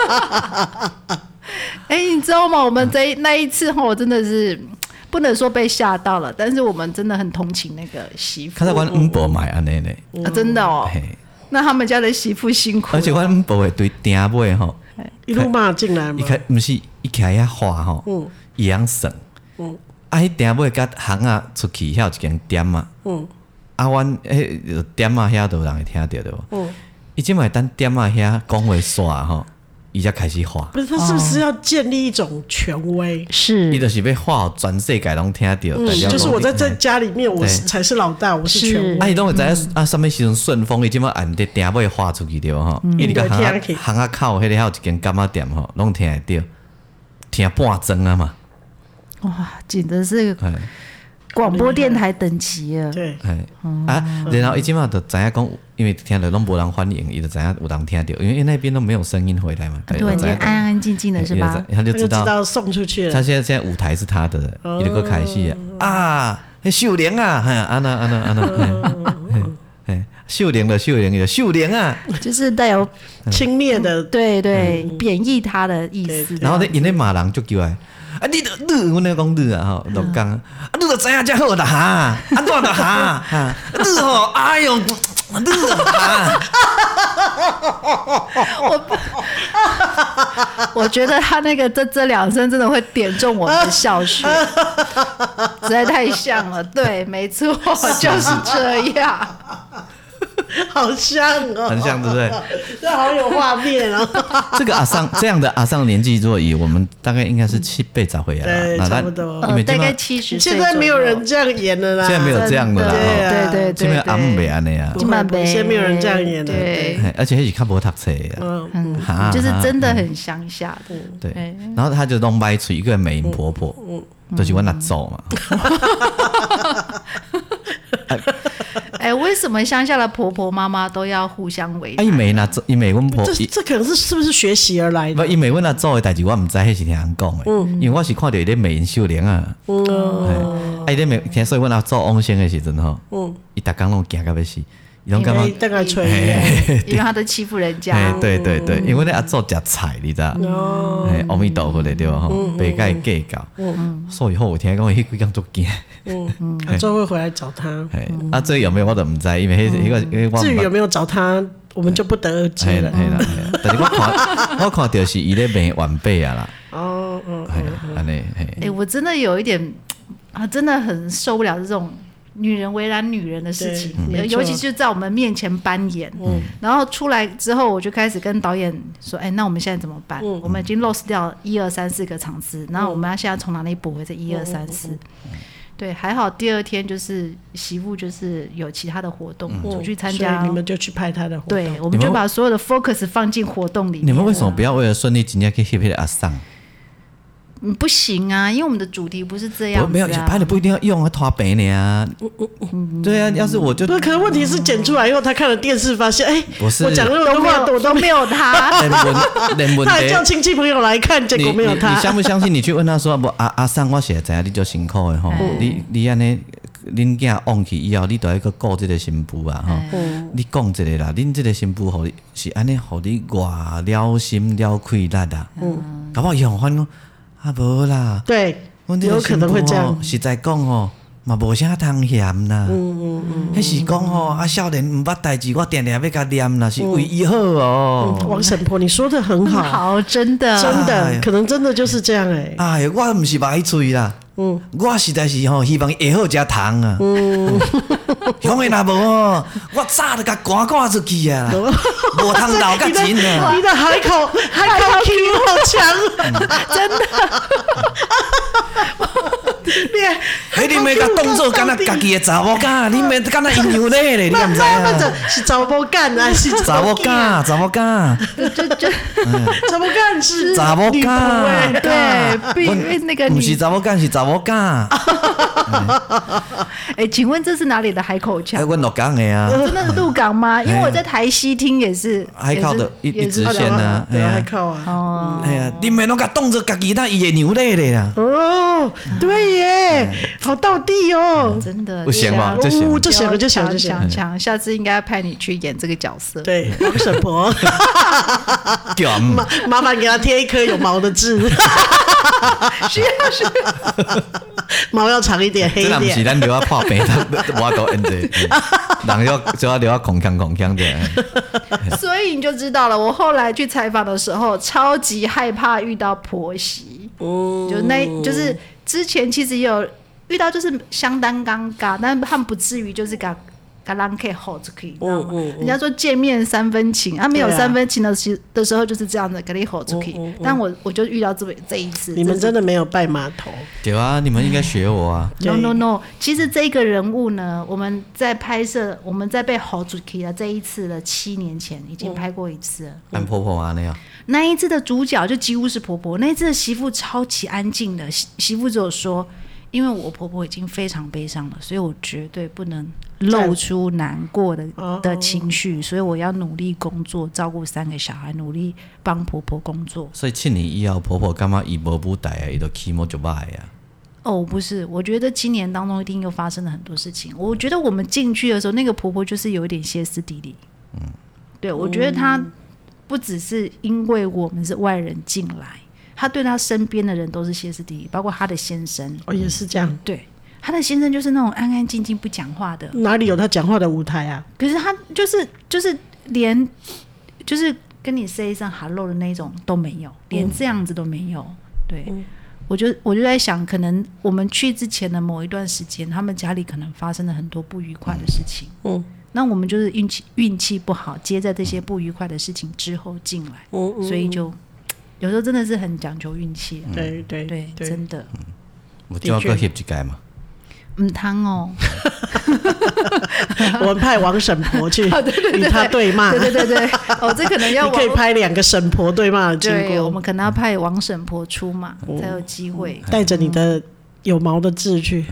你知道吗？我们那一次我真的是不能说被吓到了，但是我们真的很同情那个媳妇。 看到我婆买安尼嘞， 真的哦。那他们家的媳妇辛苦了， 而且我婆会对丁尾吼一路骂进来嘛。 不是一开遐画吼，一样省。迄丁尾甲巷仔出去遐有一间店嘛。阮店仔遐都有人会听到对无？伊即摆等店仔遐讲话煞吼。伊才开始画， 不是他是不是要建立一种权威？ 是， 伊就是要画全世界拢听到。 就是我在家里面，我才是老大，我是权威。 伊拢会知影什么时阵顺风，伊即摆按伫店尾画出去对吼。伊伫个巷仔口，迄个还有一间柑仔店吼，拢听得到，听半钟啊嘛。 哇，简直是广播电台等级啊！ 对， 然后伊即摆就知影讲，因为听到拢无人反应，伊就知影有人听到，因为那边都没有声音回来嘛。 对，你安安静静的是吧？ 他就知道送出去了。 他现在舞台是他的，伊就搁开戏啊！秀莲啊，安那，秀莲的秀莲啊， 就是带有轻蔑的， 对，贬义他的意思。 然后因咧骂人就叫来。你，阮咧讲你啊吼，就讲你就知影才好啦哈，安怎啦哈，你吼，哎呦，你哈， 我觉得他那个这两声真的会点中我们的笑穴，实在太像了。对，没错，就是这样。 好像哦， 很像，对不对？ 这好有画面哦。 这个这样的阿桑年纪，如果以我们大概应该是7、8岁啊， 对，差不多。 大概70岁。 现在没有人这样演了啦。 现在没有这样的啦， 对， 现在阿姆没安的呀， 现在没有人这样演了。对， 而且还是看不读册的， 就是真的很乡下的。 对，然后他就弄歪嘴，一个美婆婆，就是我那走嘛。 为什么乡下的婆婆妈妈都要互相为难？ 伊美阮婆， 这可能是不是学习而来的？ 不，伊美阮那做的代志，我唔知，迄是听人讲的。因为我是看到伊咧美人秀莲啊。伊咧美，所以阮那做翁先的时阵吼，伊逐工拢惊到要死。 因为大概吹， 因为他都欺负人家。 对，因为咧阿祖食菜，你知道？阿弥陀佛的对吧？吼，白甲伊计较，所以后有听讲，迄几工足惊。 阿祖会回来找他。 这有没有我都唔知，因为至于有没有找他，我们就不得而知了。 但是我看到是伊咧骂晚辈啊啦。安尼。 我真的有一点真的很受不了这种女人为难女人的事情，尤其是在我们面前扮演。然后出来之后，我就开始跟导演说：“那我们现在怎么办？我们已经 lost 掉1、2、3、4个场次，然后我们要现在从哪里补回这1、2、3、4？”对，还好第二天就是媳妇就是有其他的活动出去参加， 所以你们就去拍她的活动。 对，我们就把所有的 focus 放进活动里面。 你们为什么不要为了顺利今天可以翕阿桑？ 不行啊，因为我们的主题不是这样子啊。 没有拍的不一定要用拖白呢啊。对啊，要是我就不是，可是问题是剪出来以后，他看了电视发现， 不是我讲那么多话我都没有他，他还叫亲戚朋友来看，结果没有他。 你相不相信？你去问他说，不阿桑，我现在知道你就辛苦的吼，你安尼。恁囝往去以后，你都要去顾这个新妇啊！吼，你讲一个啦，恁这个新妇是安尼，互你外了心了开力啊！搞不好用反讲啊，无啦， 对，有可能会这样。 实在讲吼，嘛无啥通嫌啦。迄是讲吼，少年毋捌代志，我定定要甲念啦，是为伊好哦。 王婶婆，你说的很好， 好，真的， 可能真的就是这样哎。 哎，我毋是歹喙啦。我实在是吼，希望会好食糖啊。乡的若无吼，我早就甲赶出去啊，无通留甲钱啊。 你的海口 Q 好强，真的。 你袂甲当做敢若家己的查某囝，你袂敢若阴阳咧，你毋知啊？ 是查某囝啊，是查某囝，查某囝， 查某囝是查某囝， 对，那个不是查某囝，是查某囝。 请问这是哪里的海口腔？ 阮鹿港的啊。 真的是鹿港吗？因为我在台西听也是海口的一直线啊， 对啊，海口啊。 哦， 哎呀，你们拢甲当做家己那伊的牛咧咧啦。 哦，对耶，好道地哦， 真的。 不行吗？ 就行。 下次应该派你去演这个角色。 对，王婶婆。麻烦给他贴一颗有毛的痣。 需要。 毛要长一点，黑一点。 这不是咱留啊破病，我都 N J， 人就要留啊孔腔的。 所以你就知道了，我后来去采访的时候，超级害怕遇到婆媳。就是之前其实也有遇到，就是相当尴尬，但他们不至于就是给人可以 hold 可以，人家说见面3分情，没有3分情的时候就是这样的，给你 hold 可以。但我就遇到这一次， 你们真的没有拜码头。 对啊，你们应该学我啊。 No， 其实这个人物呢，我们在拍摄，我们在被 hold 可以的这一次的7年前已经拍过一次了。 按婆婆啊那样。 那一次的主角就几乎是婆婆，那一次的媳妇超级安静的，媳妇只有说，因为我婆婆已经非常悲伤了，所以我绝对不能露出难过的情绪，所以我要努力工作，照顾3个小孩，努力帮婆婆工作。 所以7年以后，婆婆感觉伊无舞台啊，伊就起毛就歹啊。 不是，我觉得今年当中一定又发生了很多事情。我觉得我们进去的时候，那个婆婆就是有一点歇斯底里。对，我觉得她不只是因为我们是外人进来，她对她身边的人都是歇斯底里，包括她的先生。 也是这样。 对。他的先生就是那种安安静静不讲话的， 哪里有他讲话的舞台啊？ 可是他就是连就是跟你 say 一声 hello 的那种都没有，连这样子都没有。对，我就在想，可能我们去之前的某一段时间，他们家里可能发生了很多不愉快的事情。 那我们就是运气不好，接在这些不愉快的事情之后进来，所以就有时候真的是很讲求运气。 对对对，真的。 我就要个翕一改嘛。 汤哦， 我们派王婶婆去与他对骂。 对，哦，这可能要你可以拍2个婶婆对骂的经过。 对，我们可能要派王婶婆出马，才有机会。 带着你的有毛的痣去。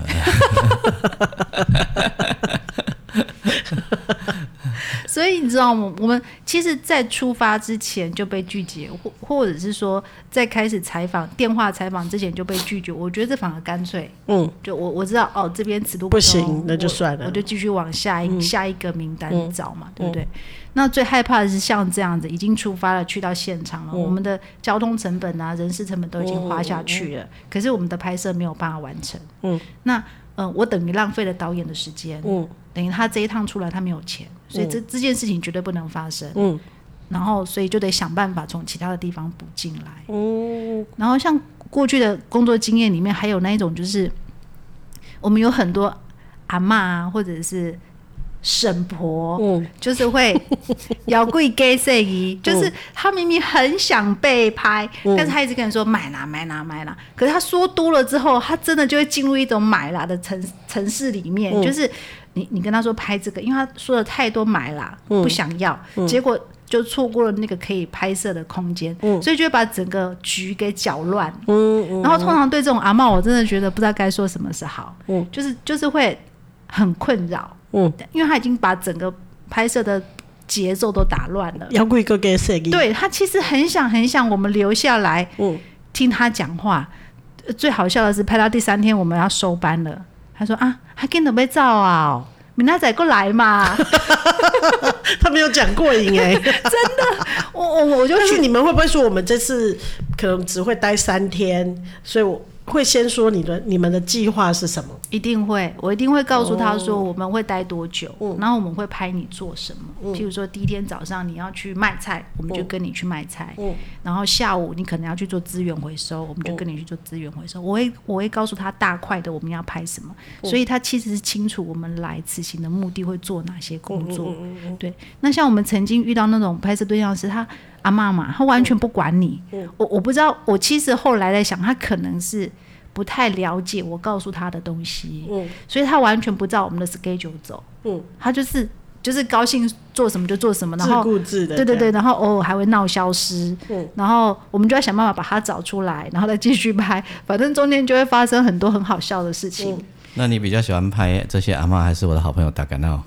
所以你知道吗？我们其实在出发之前就被拒绝，或者是说在开始电话采访之前就被拒绝，我觉得这反而干脆。就我知道这边尺度不行，那就算了， 我就继续往下一个名单找嘛，对不对？那最害怕的是像这样子，已经出发了，去到现场了，我们的交通成本啊、人事成本都已经花下去了，可是我们的拍摄没有办法完成。那我等于浪费了导演的时间，等于他这一趟出来他没有钱，所以这件事情绝对不能发生。然后所以就得想办法从其他的地方补进来。然后像过去的工作经验里面，还有那一种就是我们有很多阿嬷啊，或者是婶婆，就是会摇柜给谁移，就是他明明很想被拍，但是他一直跟人说买啦买啦买啦，可是他说多了之后，他真的就会进入一种买啦的城市里面，就是你跟他说拍这个，因为他说了太多买啦，不想要，结果就错过了那个可以拍摄的空间，所以就会把整个局给搅乱。然后通常对这种阿嬷，我真的觉得不知道该说什么是好，就是会很困扰。因为他已经把整个拍摄的节奏都打乱了。 要贵个给谁？ 对，他其实很想我们留下来，听他讲话。最好笑的是，拍到第3天我们要收班了，他说啊，还跟准备照啊，明仔载过来嘛。 他没有讲过瘾真的，我就但是你们会不会说我们这次可能只会待3天，所以我会先说你们的计划是什么？ 一定会，我一定会告诉他说我们会待多久，然后我们会拍你做什么。譬如说第一天早上你要去卖菜，我们就跟你去卖菜，然后下午你可能要去做资源回收，我们就跟你去做资源回收。我会告诉他大块的我们要拍什么，所以他其实是清楚我们来此行的目的会做哪些工作。对，那像我们曾经遇到那种拍摄对象是他阿嬷嘛，他完全不管你。我不知道，我其实后来在想，他可能是不太了解我告诉他的东西，所以他完全不照我们的 schedule 走。他就是高兴做什么就做什么，然后自顾自的， 对，然后偶尔还会闹消失，然后我们就要想办法把他找出来，然后再继续拍，反正中间就会发生很多很好笑的事情。 那你比较喜欢拍这些阿嬷，还是我的好朋友达干闹？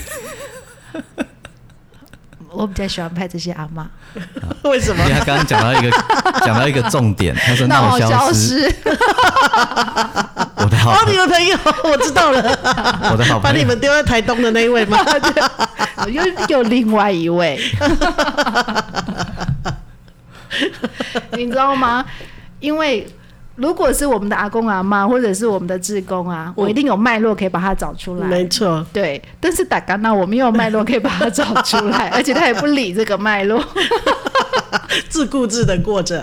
我比较喜欢拍这些阿嬷。 为什么？ 因为他刚刚讲到一个重点，他说闹消失。我的好你的朋友，我知道了。 我的好朋友把你们丢在台东的那一位吗？ 又另外一位。你知道吗？因为如果是我们的阿公阿嬷，或者是我们的志工啊，我一定有脉络可以把它找出来。 没错， 对。但是打干那我没有脉络可以把它找出来，而且他也不理这个脉络， 自顾自的过着。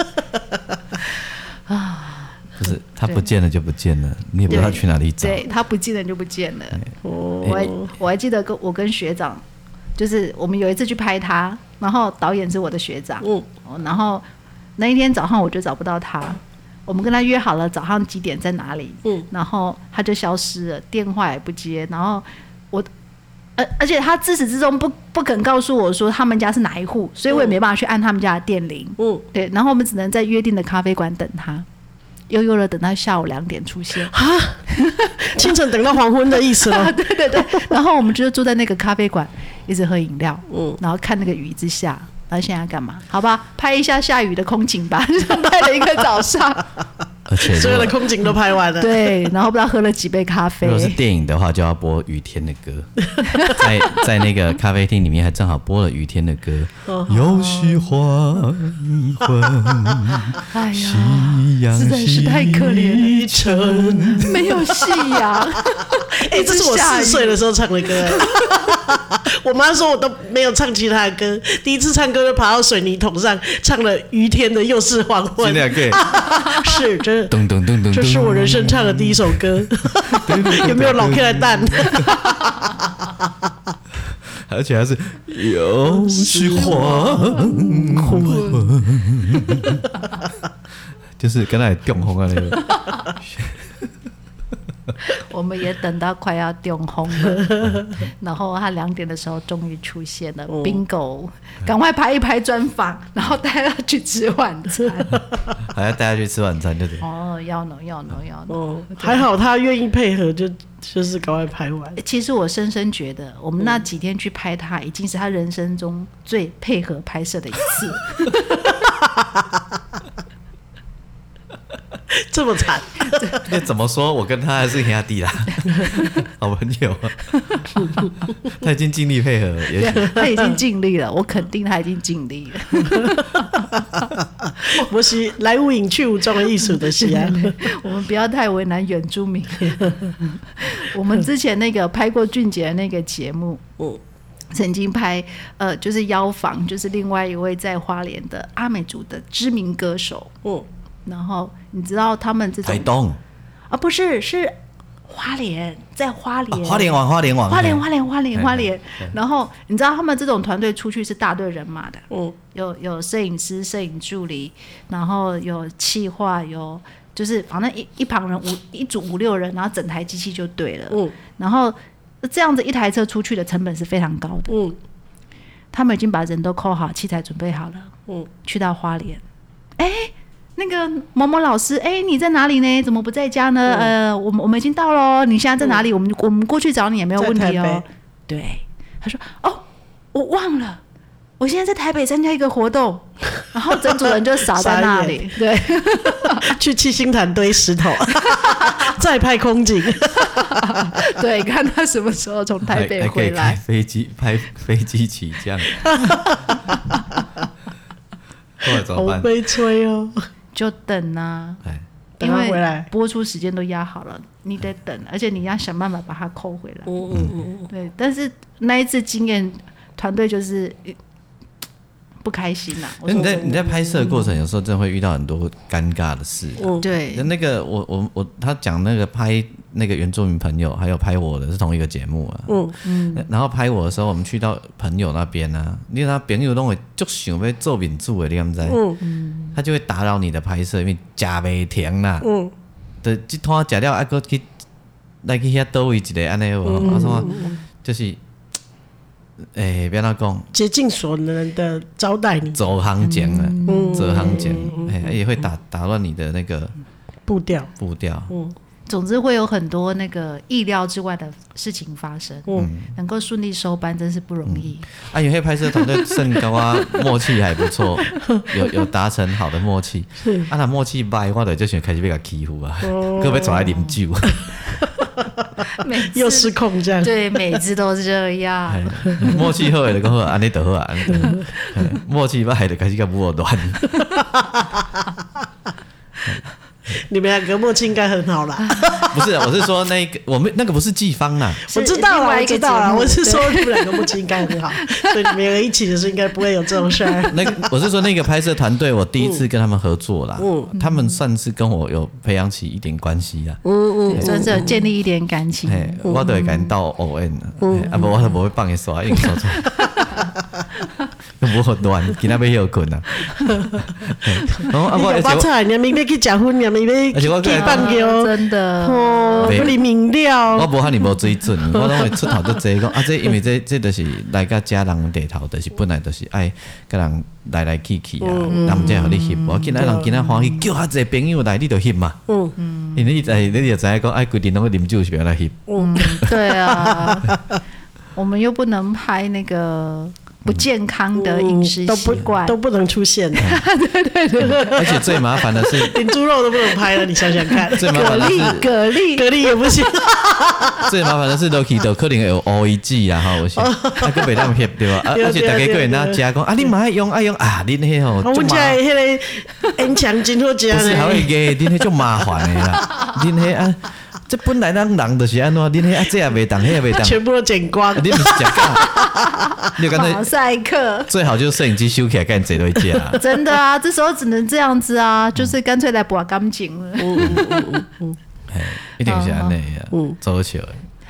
不是他不见了就不见了，你也不知道去哪里找。 对，他不见了就不见了。我还记得我跟学长，就是我们有一次去拍他，然后导演是我的学长，然后那一天早上我就找不到他。我们跟他约好了早上几点在哪里，然后他就消失了，电话也不接，然后而且他自始至终不肯告诉我说他们家是哪一户，所以我也没办法去按他们家的电铃。对，然后我们只能在约定的咖啡馆等他，悠悠的等到下午2点出现。 清晨等到黄昏的意思了。 对，然后我们就坐在那个咖啡馆，一直喝饮料，然后看那个雨一直下。然后现在要干嘛？好吧，拍一下下雨的空景吧。就拍了一个早上， 而且所有的空景都拍完了。 对，然后不知道喝了几杯咖啡。 如果是电影的话，就要播雨天的歌。在那个咖啡厅里面，还正好播了雨天的歌。又是黄昏， 哎呀，实在是太可怜了，没有夕阳。 这是我4岁的时候唱的歌。我妈说我都没有唱其他的歌，第一次唱歌就爬到水泥桶上唱了于天的《又是黄昏》。是这是我人生唱的第一首歌。有没有老 K 来蛋？ 而且还是又是黄昏，就是跟他中风啊那个。 我们也等到快要中风了，然后他2点的时候终于出现了，bingo， 赶快拍一拍专访，然后带他去吃晚餐， 还要带他去吃晚餐，对不对？ 哦，要呢。 还好他愿意配合，就是赶快拍完。 其实我深深觉得，我们那几天去拍他，已经是他人生中最配合拍摄的一次。 这么惨， 那怎么说？我跟他还是兄弟啦，好朋友。他已经尽力配合了，也许他已经尽力了，我肯定他已经尽力了。 我是来无影去无踪的艺术的西安。 我们不要太为难原住民。我们之前那个拍过俊杰的那个节目，曾经拍就是邀访，就是另外一位在花莲的阿美族的知名歌手。然后你知道他们这种台东啊，不是，是花莲，在花莲， 花莲王， 然后你知道他们这种团队出去是大队人马的，有摄影师、摄影助理，然后有企划，有就是反正一旁人一组5、6人，然后整台机器就对了。然后这样子一台车出去的成本是非常高的。他们已经把人都扣好，器材准备好了。去到花莲，那个某某老师，你在哪里呢？怎么不在家呢？我们已经到了，你现在在哪里？我们过去找你也没有问题哦。对，他说我忘了，我现在在台北参加一个活动，然后整组人就傻在那里，对， 去七星潭堆石头，再拍空景， 对，看他什么时候从台北回来， 拍飞机起降，后来怎么办？ 好悲催哦。 就等啊，因为播出时间都压好了，你得等，而且你要想办法把它扣回来。对，但是那一次经验，团队就是不开心啦。 你在拍摄的过程，有时候真的会遇到很多尴尬的事。 对， 那个他讲那个拍那个原住民朋友，还有拍我的是同一个节目啊。然后拍我的时候，我们去到朋友那边啊，你看他朋友都会就想要做民主的，你敢知？他就会打扰你的拍摄，因为吃袂停啦。就这摊吃了，还搁去来去遐倒位一个安尼有无？我说就是不要那讲， 竭尽所能的招待你， 走行情啊，走行情，也会打乱你的那个步调。 总之会有很多那个意料之外的事情发生，能够顺利收班真是不容易。 有些拍摄团队身高默契还不错，有达成好的默契。那默契歹，我就想开始被他欺负啊，搁要抓来啉酒。 又失控这样， 对，每次都是这样。 默契好的就讲好，安尼就好啊。默契歹就开始甲舞乱。 你们2个默契应该很好啦。 不是，我是说我们那个不是季芳啦。 我知道了，我是说你们2个默契应该很好，所以你们2个一起的时候应该不会有这种事儿。 我是说那个拍摄团队，我第一次跟他们合作啦，他们算是跟我有培养起一点关系啦， 算是有建立一点感情。 我都会感到 ON 啦，不，我都不会放你耍，硬说错。无乱，今仔要休困啊！ 你把菜，你明天去吃饭，你明天去放尿， 真的不哩明了。 我无遐尼无水准，我拢会出头就济讲这因为这就是来甲家人地头，就是本来就是爱甲人来去啊，人们才互你翕。我今仔人今仔欢喜，叫较济朋友来，你就翕嘛。因为你就知影讲，规定拢去啉酒是不要来翕。 对啊，我们又不能拍那个不健康的饮食习惯， 都不能出现的。 对， 而且最麻烦的是， 连猪肉都不能拍了，你想想看。 最麻烦的是蛤蜊也不行。 最麻烦的是，都去到可能有乌鱼子啦，有时还佫袂当翕对吧？而且大家个人那加讲你嘛爱用啊，恁迄吼， 我们家迄个烟肠真好食呢。 不是还会给恁迄种麻烦的啦，恁迄这本来咱人就是安怎，恁迄这也袂当，迄也袂当， 全部都剪光。 你不是食假？你干脆马赛克， 最好就是摄影机收起来，干坐落去啊！ 真的啊，这时候只能这样子啊，就是干脆来拔干净了。 一定是安尼啊，做笑的。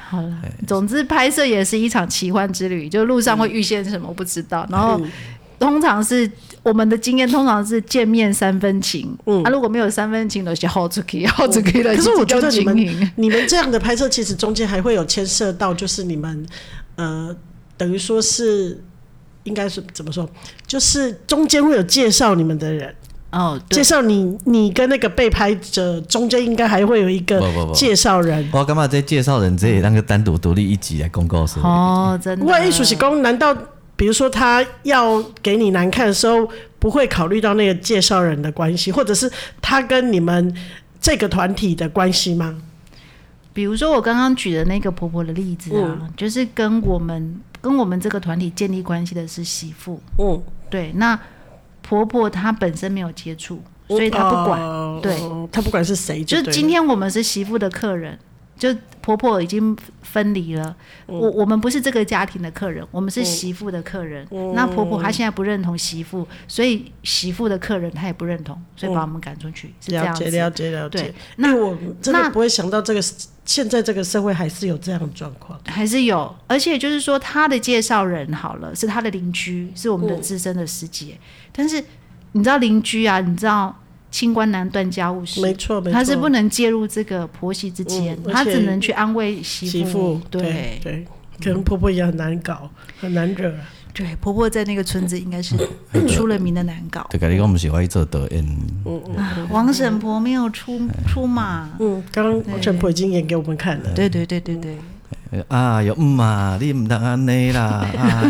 好了，总之拍摄也是一场奇幻之旅，就路上会遇见什么不知道，然后通常是我们的经验，通常是见面3分情，如果没有3分情的就耗出去了。 可是我觉得你们这样的拍摄，其实中间还会有牵涉到，就是你们等于说是应该是怎么说，就是中间会有介绍你们的人。介绍你跟那个被拍者中间应该还会有一个介绍人。 我干嘛这介绍人这也那个单独独立一集来公告是？ 真的。 我艺术是公，难道比如说他要给你难看的时候，不会考虑到那个介绍人的关系，或者是他跟你们这个团体的关系吗？ 比如说我刚刚举的那个婆婆的例子啊，就是跟我们这个团体建立关系的是媳妇。对，那婆婆她本身没有接触，所以她不管。对， 她不管是谁， 就是今天我们是媳妇的客人，就婆婆已经分离了，我们不是这个家庭的客人，我们是媳妇的客人。那婆婆她现在不认同媳妇，所以媳妇的客人她也不认同，所以把我们赶出去，是这样子。 了解。 对， 那我真的不会想到现在这个社会还是有这样的状况， 还是有，而且就是说他的介绍人好了，是他的邻居，是我们的资深的师姐，但是你知道邻居啊，你知道清官难断家务事， 没错， 他是不能介入这个婆媳之间，他只能去安慰媳妇。对， 可能婆婆也很难搞，很难惹。 对，婆婆在那个村子应该是出了名的难搞。 对，跟你讲，我们喜欢做导演。 王婶婆没有出马。 刚刚王婶婆已经演给我们看了。 对。 哎呦，你唔当安尼啦！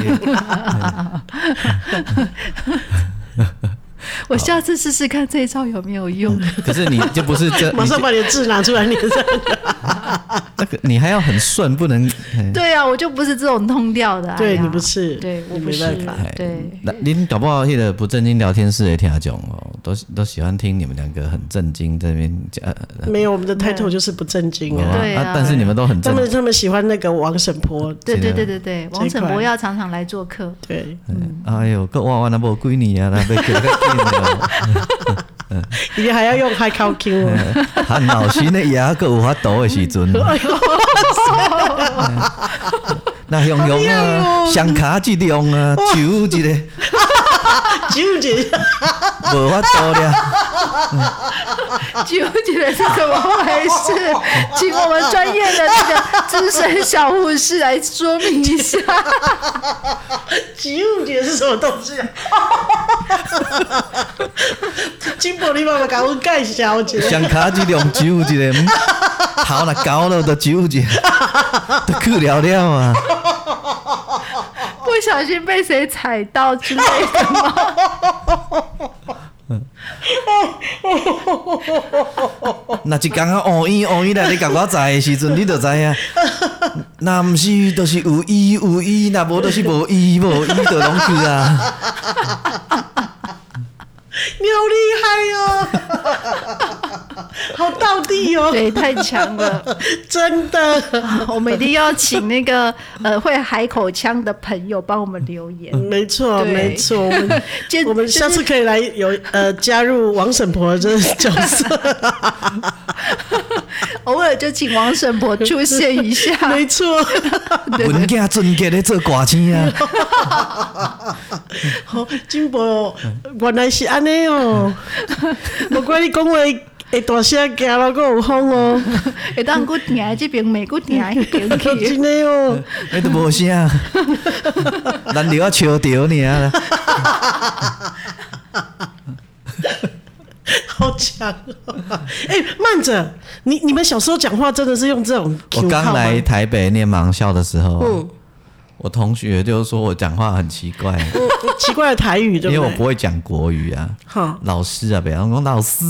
我下次试试看这一招有没有用。 可是你就不是这， 马上把你的字拿出来念上。 那个你还要很顺，不能。 对啊，我就不是这种痛调的。 对，你不是， 对我不是。对， 您搞不好那个不正经聊天室的听众都喜欢听你们两个很正经在那边讲。 没有，我们的 title 就是不正经啊。 对啊， 但是你们都很正经。 他们喜欢那个王婶婆。 对，王婶婆要常常来做客。 对， 哎呦，个娃娃那无几年啊，那要叫个一定还要用 high call Q 韩老师的牙个有法度的时阵，那用啊，双卡一用啊，揪一个，无法度了。 揪一个是怎么回事？请我们专业的那个资深小护士来说明一下。 揪一个是什么东西啊？金宝，你妈妈给我介绍一下。 双卡一用揪一个，头若高了就揪一个，就去了啊。 不小心被谁踩到之类的吗？ 那一天啊，乌医来你甲我知的时阵，你就知啊。那毋是，就是有医，那无就是无医，就拢去啊。 你好厉害哦，好道地哦， 对，太强了， 真的。 我们一定要请那个会海口腔的朋友帮我们留言。 没错，我们下次可以来加入王婶婆这个角色， 偶尔就请王婶婆出现一下。 没错， 文囝纯洁咧做歌星啊。 金宝原来是安尼哦，不怪你讲话会大声，行路还有风哦， 会当骨疼这边没骨疼那边去， 真的哦， 那都无声，咱就要笑着尔。 好强哦！慢着，你们小时候讲话真的是用这种 Q 号吗？ 我刚来台北念盲校的时候，我同学就说我讲话很奇怪， 奇怪的台语，对不对？ 因为我不会讲国语啊。老师啊，别人讲老师，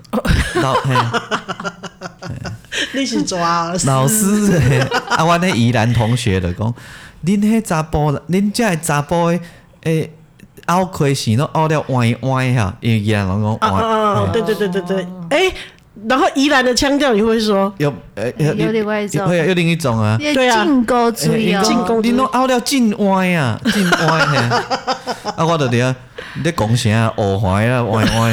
你是抓老师啊！我那宜兰同学就讲，恁迄查甫，恁这查甫的拗开线都拗了歪歪哈，因为宜兰人讲歪。对，然后宜兰的腔调你会说有另外一种， 会有另一种啊， 对啊，进沟嘴哦， 你拢拗了真歪啊，真歪嘿，啊，我就伫咧讲啥乌怀啊，歪歪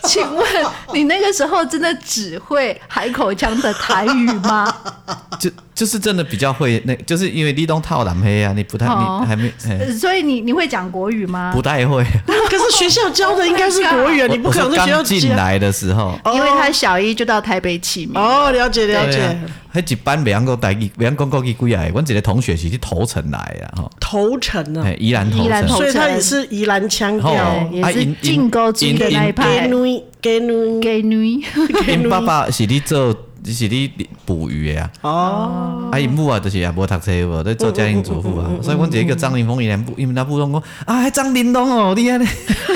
请问你那个时候真的只会海口腔的台语吗？ 就是真的比较会，就是因为你都套蓝黑啊，你不太，你还没， 所以你会讲国语吗？ 不太会。 可是学校教的应该是国语，你不可能在学校进来的时候， 因为他小一就到台北启明。 哦，了解了解。 迄一班袂晓讲台语，袂晓讲国语几啊个，阮一个同学是去头城来啊，吼。 头城啊， 宜兰头城， 所以他也是宜兰腔调， 也是进沟族的那一派。 给女， 因爸爸是你做。是你捕鱼的啊！ 哦， 因母啊，就是也无读册无，在做家庭主妇啊，所以阮一个叫张凌峰，因为他母拢讲啊，张凌峰哦，你安尼。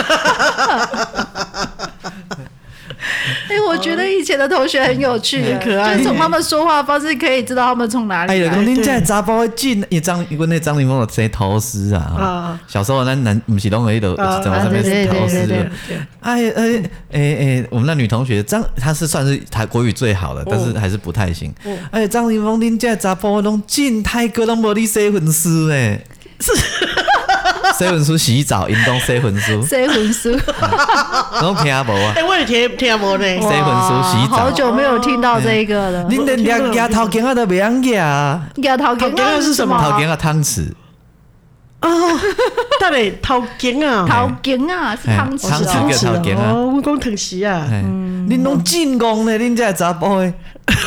我觉得以前的同学很有趣， 很可爱， 就从他们说话方式可以知道他们从哪里来。 恁这查甫会进，阮那张凌峰就生头丝啊！小时候咱不是拢有迄个怎么上面头丝？我们那女同学她是算是台国语最好的，但是还是不太行。张凌峰，恁这查甫拢进泰国拢无你洗粉丝诶。是。洗粉书洗澡，运动洗粉书， 洗粉书， 拢听无啊？ 我也听无呢。 洗粉书洗澡， 好久没有听到这个了。 恁连牙头镜啊都袂晓牙， 牙头镜是什么？ 头镜啊汤匙。 哦，等下头镜啊， 头镜啊是汤匙， 汤匙叫头镜啊。 哦，我讲汤匙啊。 恁拢进攻呢？恁这查甫的。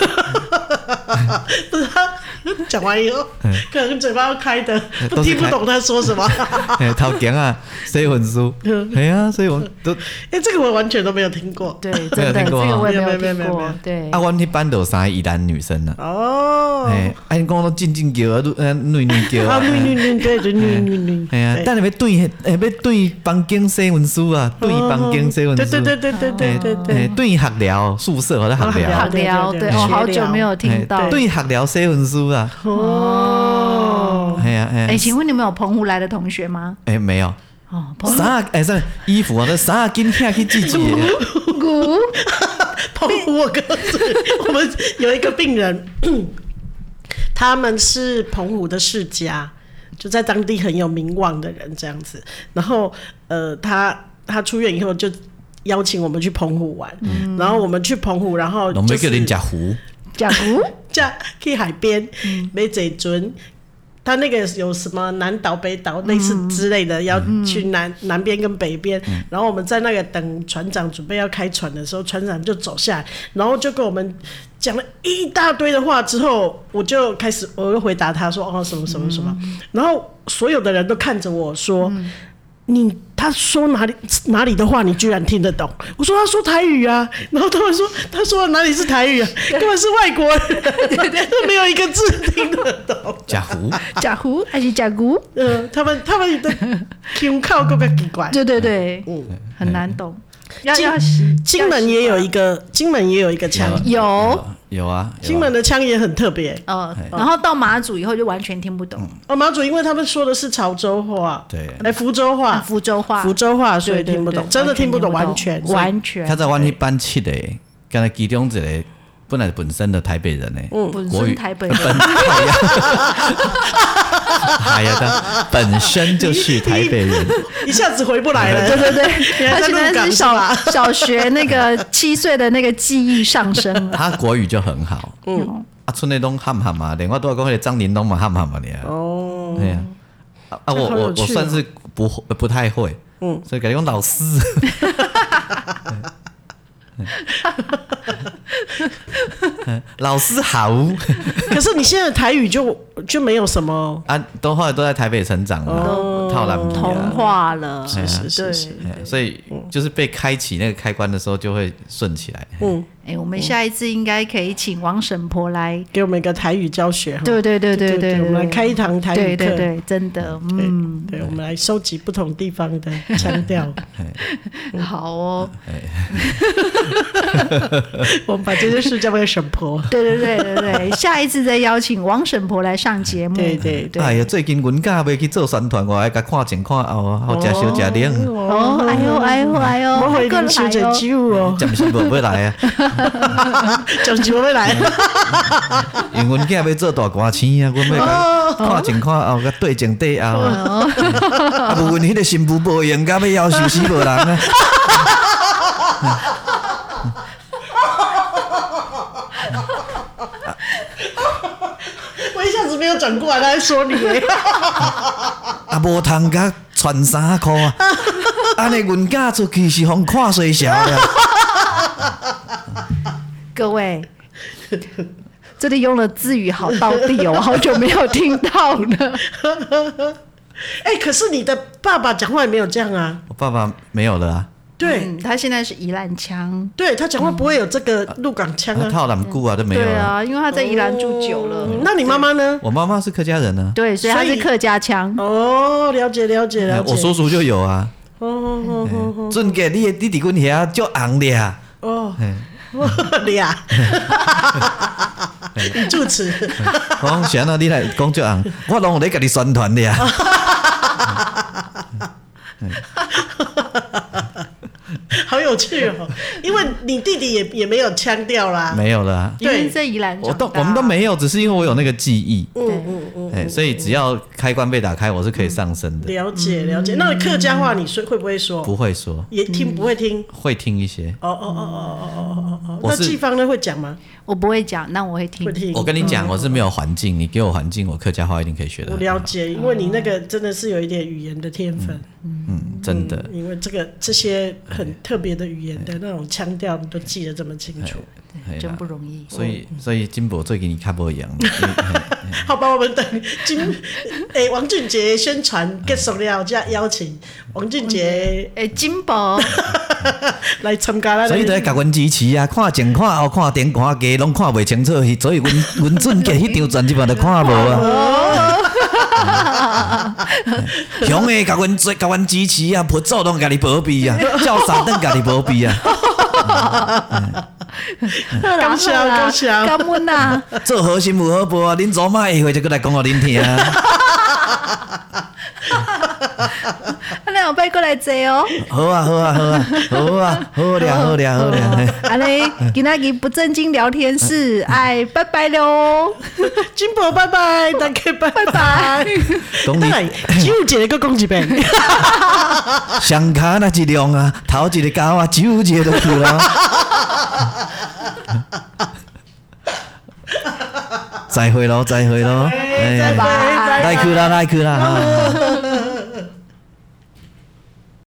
不是他讲完以后，可能嘴巴要开的，都听不懂他说什么。 头镜啊，洗粉书，系啊，所以我都这个我完全都没有听过。 对，真的这个我也没有听过。对， 阮迄班都有3个宜兰女生啊。 哦， 你讲都静叫啊，女叫啊， 女，对，女。 系啊，等下要对房间洗粉书啊，对房间洗粉书。对，对学寮宿舍或者学寮，对，我好久没有听到。 对学寮洗粉书啊。 哦， 系啊， 请问你们有澎湖来的同学吗？ 没有。哦，算衣服啊，都3斤下去自己。 澎湖，我告诉你，我们有一个病人，他们是澎湖的世家，就在当地很有名望的人这样子。然后他出院以后就邀请我们去澎湖玩，然后我们去澎湖，然后我们叫人家湖。 去海边买坐船，他那个有什么南岛北岛类似之类的，要去南边跟北边，然后我们在那个等船长准备要开船的时候，船长就走下来，然后就跟我们讲了一大堆的话之后，我就回答他说什么什么什么，然后所有的人都看着我说。他说哪里的话你居然听得懂？我说他说台语啊，然后他们说他说的哪里是台语啊？根本是外国人，都没有一个字听得懂。 假胡还是假胡？ 他们的腔口更加奇怪。 对，很难懂。 金门也有一个腔， 有啊， 金门的腔也很特别。 然后到马祖以后就完全听不懂。 马祖因为他们说的是潮州话， 对， 福州话，所以听不懂，真的听不懂，完全。 他在阮迄班7个，刚才其中一个本身的台北人呢， 国语台北人。 哎呀，他本身就是台北人， 一下子回不来了。 对，他现在是小学那个7岁的那个记忆上升了。 他国语就很好，村内拢喊嘛，连我都要讲那个张林东嘛喊嘛你哦，对呀，我算是不太会，所以跟你讲老师。老师好， 可是你现在的台语就没有什么啊，后来都在台北成长了，套蓝皮同化了， 是， 所以就是被开启那个开关的时候就会顺起来。 我们下一次应该可以请王婶婆来给我们一个台语教学。 对， 我们来开一堂台语课。 对，真的， 对，我们来收集不同地方的腔调。 好哦。 我们把这件事交给婶婆。 对，下一次再邀请王婶婆来上节目。 对。 哎呀，最近阮家要去做宣传，我还甲看前看后，好食小食凉。 哎呦， 我会啉小食酒哦。 暂时无要来啊。 就是我要来， 因为阮囝要做大歌星啊，阮要看前看后，甲对前对后啊。啊，无阮迄个新妇无闲，甲要夭寿死无人啊。 我一下子没有转过来，他在说你耶。 啊，无通甲穿衫裤啊，安尼阮嫁出去是互看衰潲的。 各位，这里用了字语好道地哦，好久没有听到了。 可是你的爸爸讲话也没有这样啊。 我爸爸没有了啊。 对， 他现在是宜兰腔。 对他讲话不会有这个鹿港腔啊。 他有南固啊，都没有了。 对啊，因为他在宜兰住久了。 那你妈妈呢？ 我妈妈是客家人呢。 对，所以他是客家腔。 哦，了解。 我叔叔就有啊。 俊杰，你的弟弟阮遐足红的啊。 哦，俩。语助词。 讲啥啊？你来讲足红，我拢有咧甲你宣传的啊。 好有趣哦，因为你弟弟也没有腔调啦， 没有了啊。 因为在宜兰长大， 我们都没有，只是因为我有那个记忆。所以只要开关被打开，我是可以上升的。 了解。那客家话你会不会说？ 不会说， 也听不会听， 会听一些。 那季芳呢会讲吗？ 我不会讲，那我会听。 我跟你讲，我是没有环境，你给我环境，我客家话一定可以学得很好。 我了解，因为你那个真的是有一点语言的天分。 真的。 因为这些很特别的语言的那种腔调，你都记得这么清楚， 真不容易。 所以金宝最近你看不一样。 好吧，我们等王俊杰宣传结束了，再邀请王俊杰金宝来参加咱。 所以就甲阮支持啊，看前看后看前看家拢看袂清楚，所以阮俊杰迄张专辑嘛就看无啊。乡的甲阮支持啊，佛祖拢甲你保庇啊，叫三顿甲你保庇啊。 感谢， 感恩啊！ 做好心有好报啊！恁祖妈下回就过来讲互恁听。 咱后摆过来坐哦。 好啊！好了。 安尼，今仔日不正经聊天室，拜拜喽！ 金宝拜拜，大家拜拜。 讲你只有一个讲一遍。 双脚那一亮啊，头一个高啊，只有一个就去了。再会咯， 拜拜， 来去啦。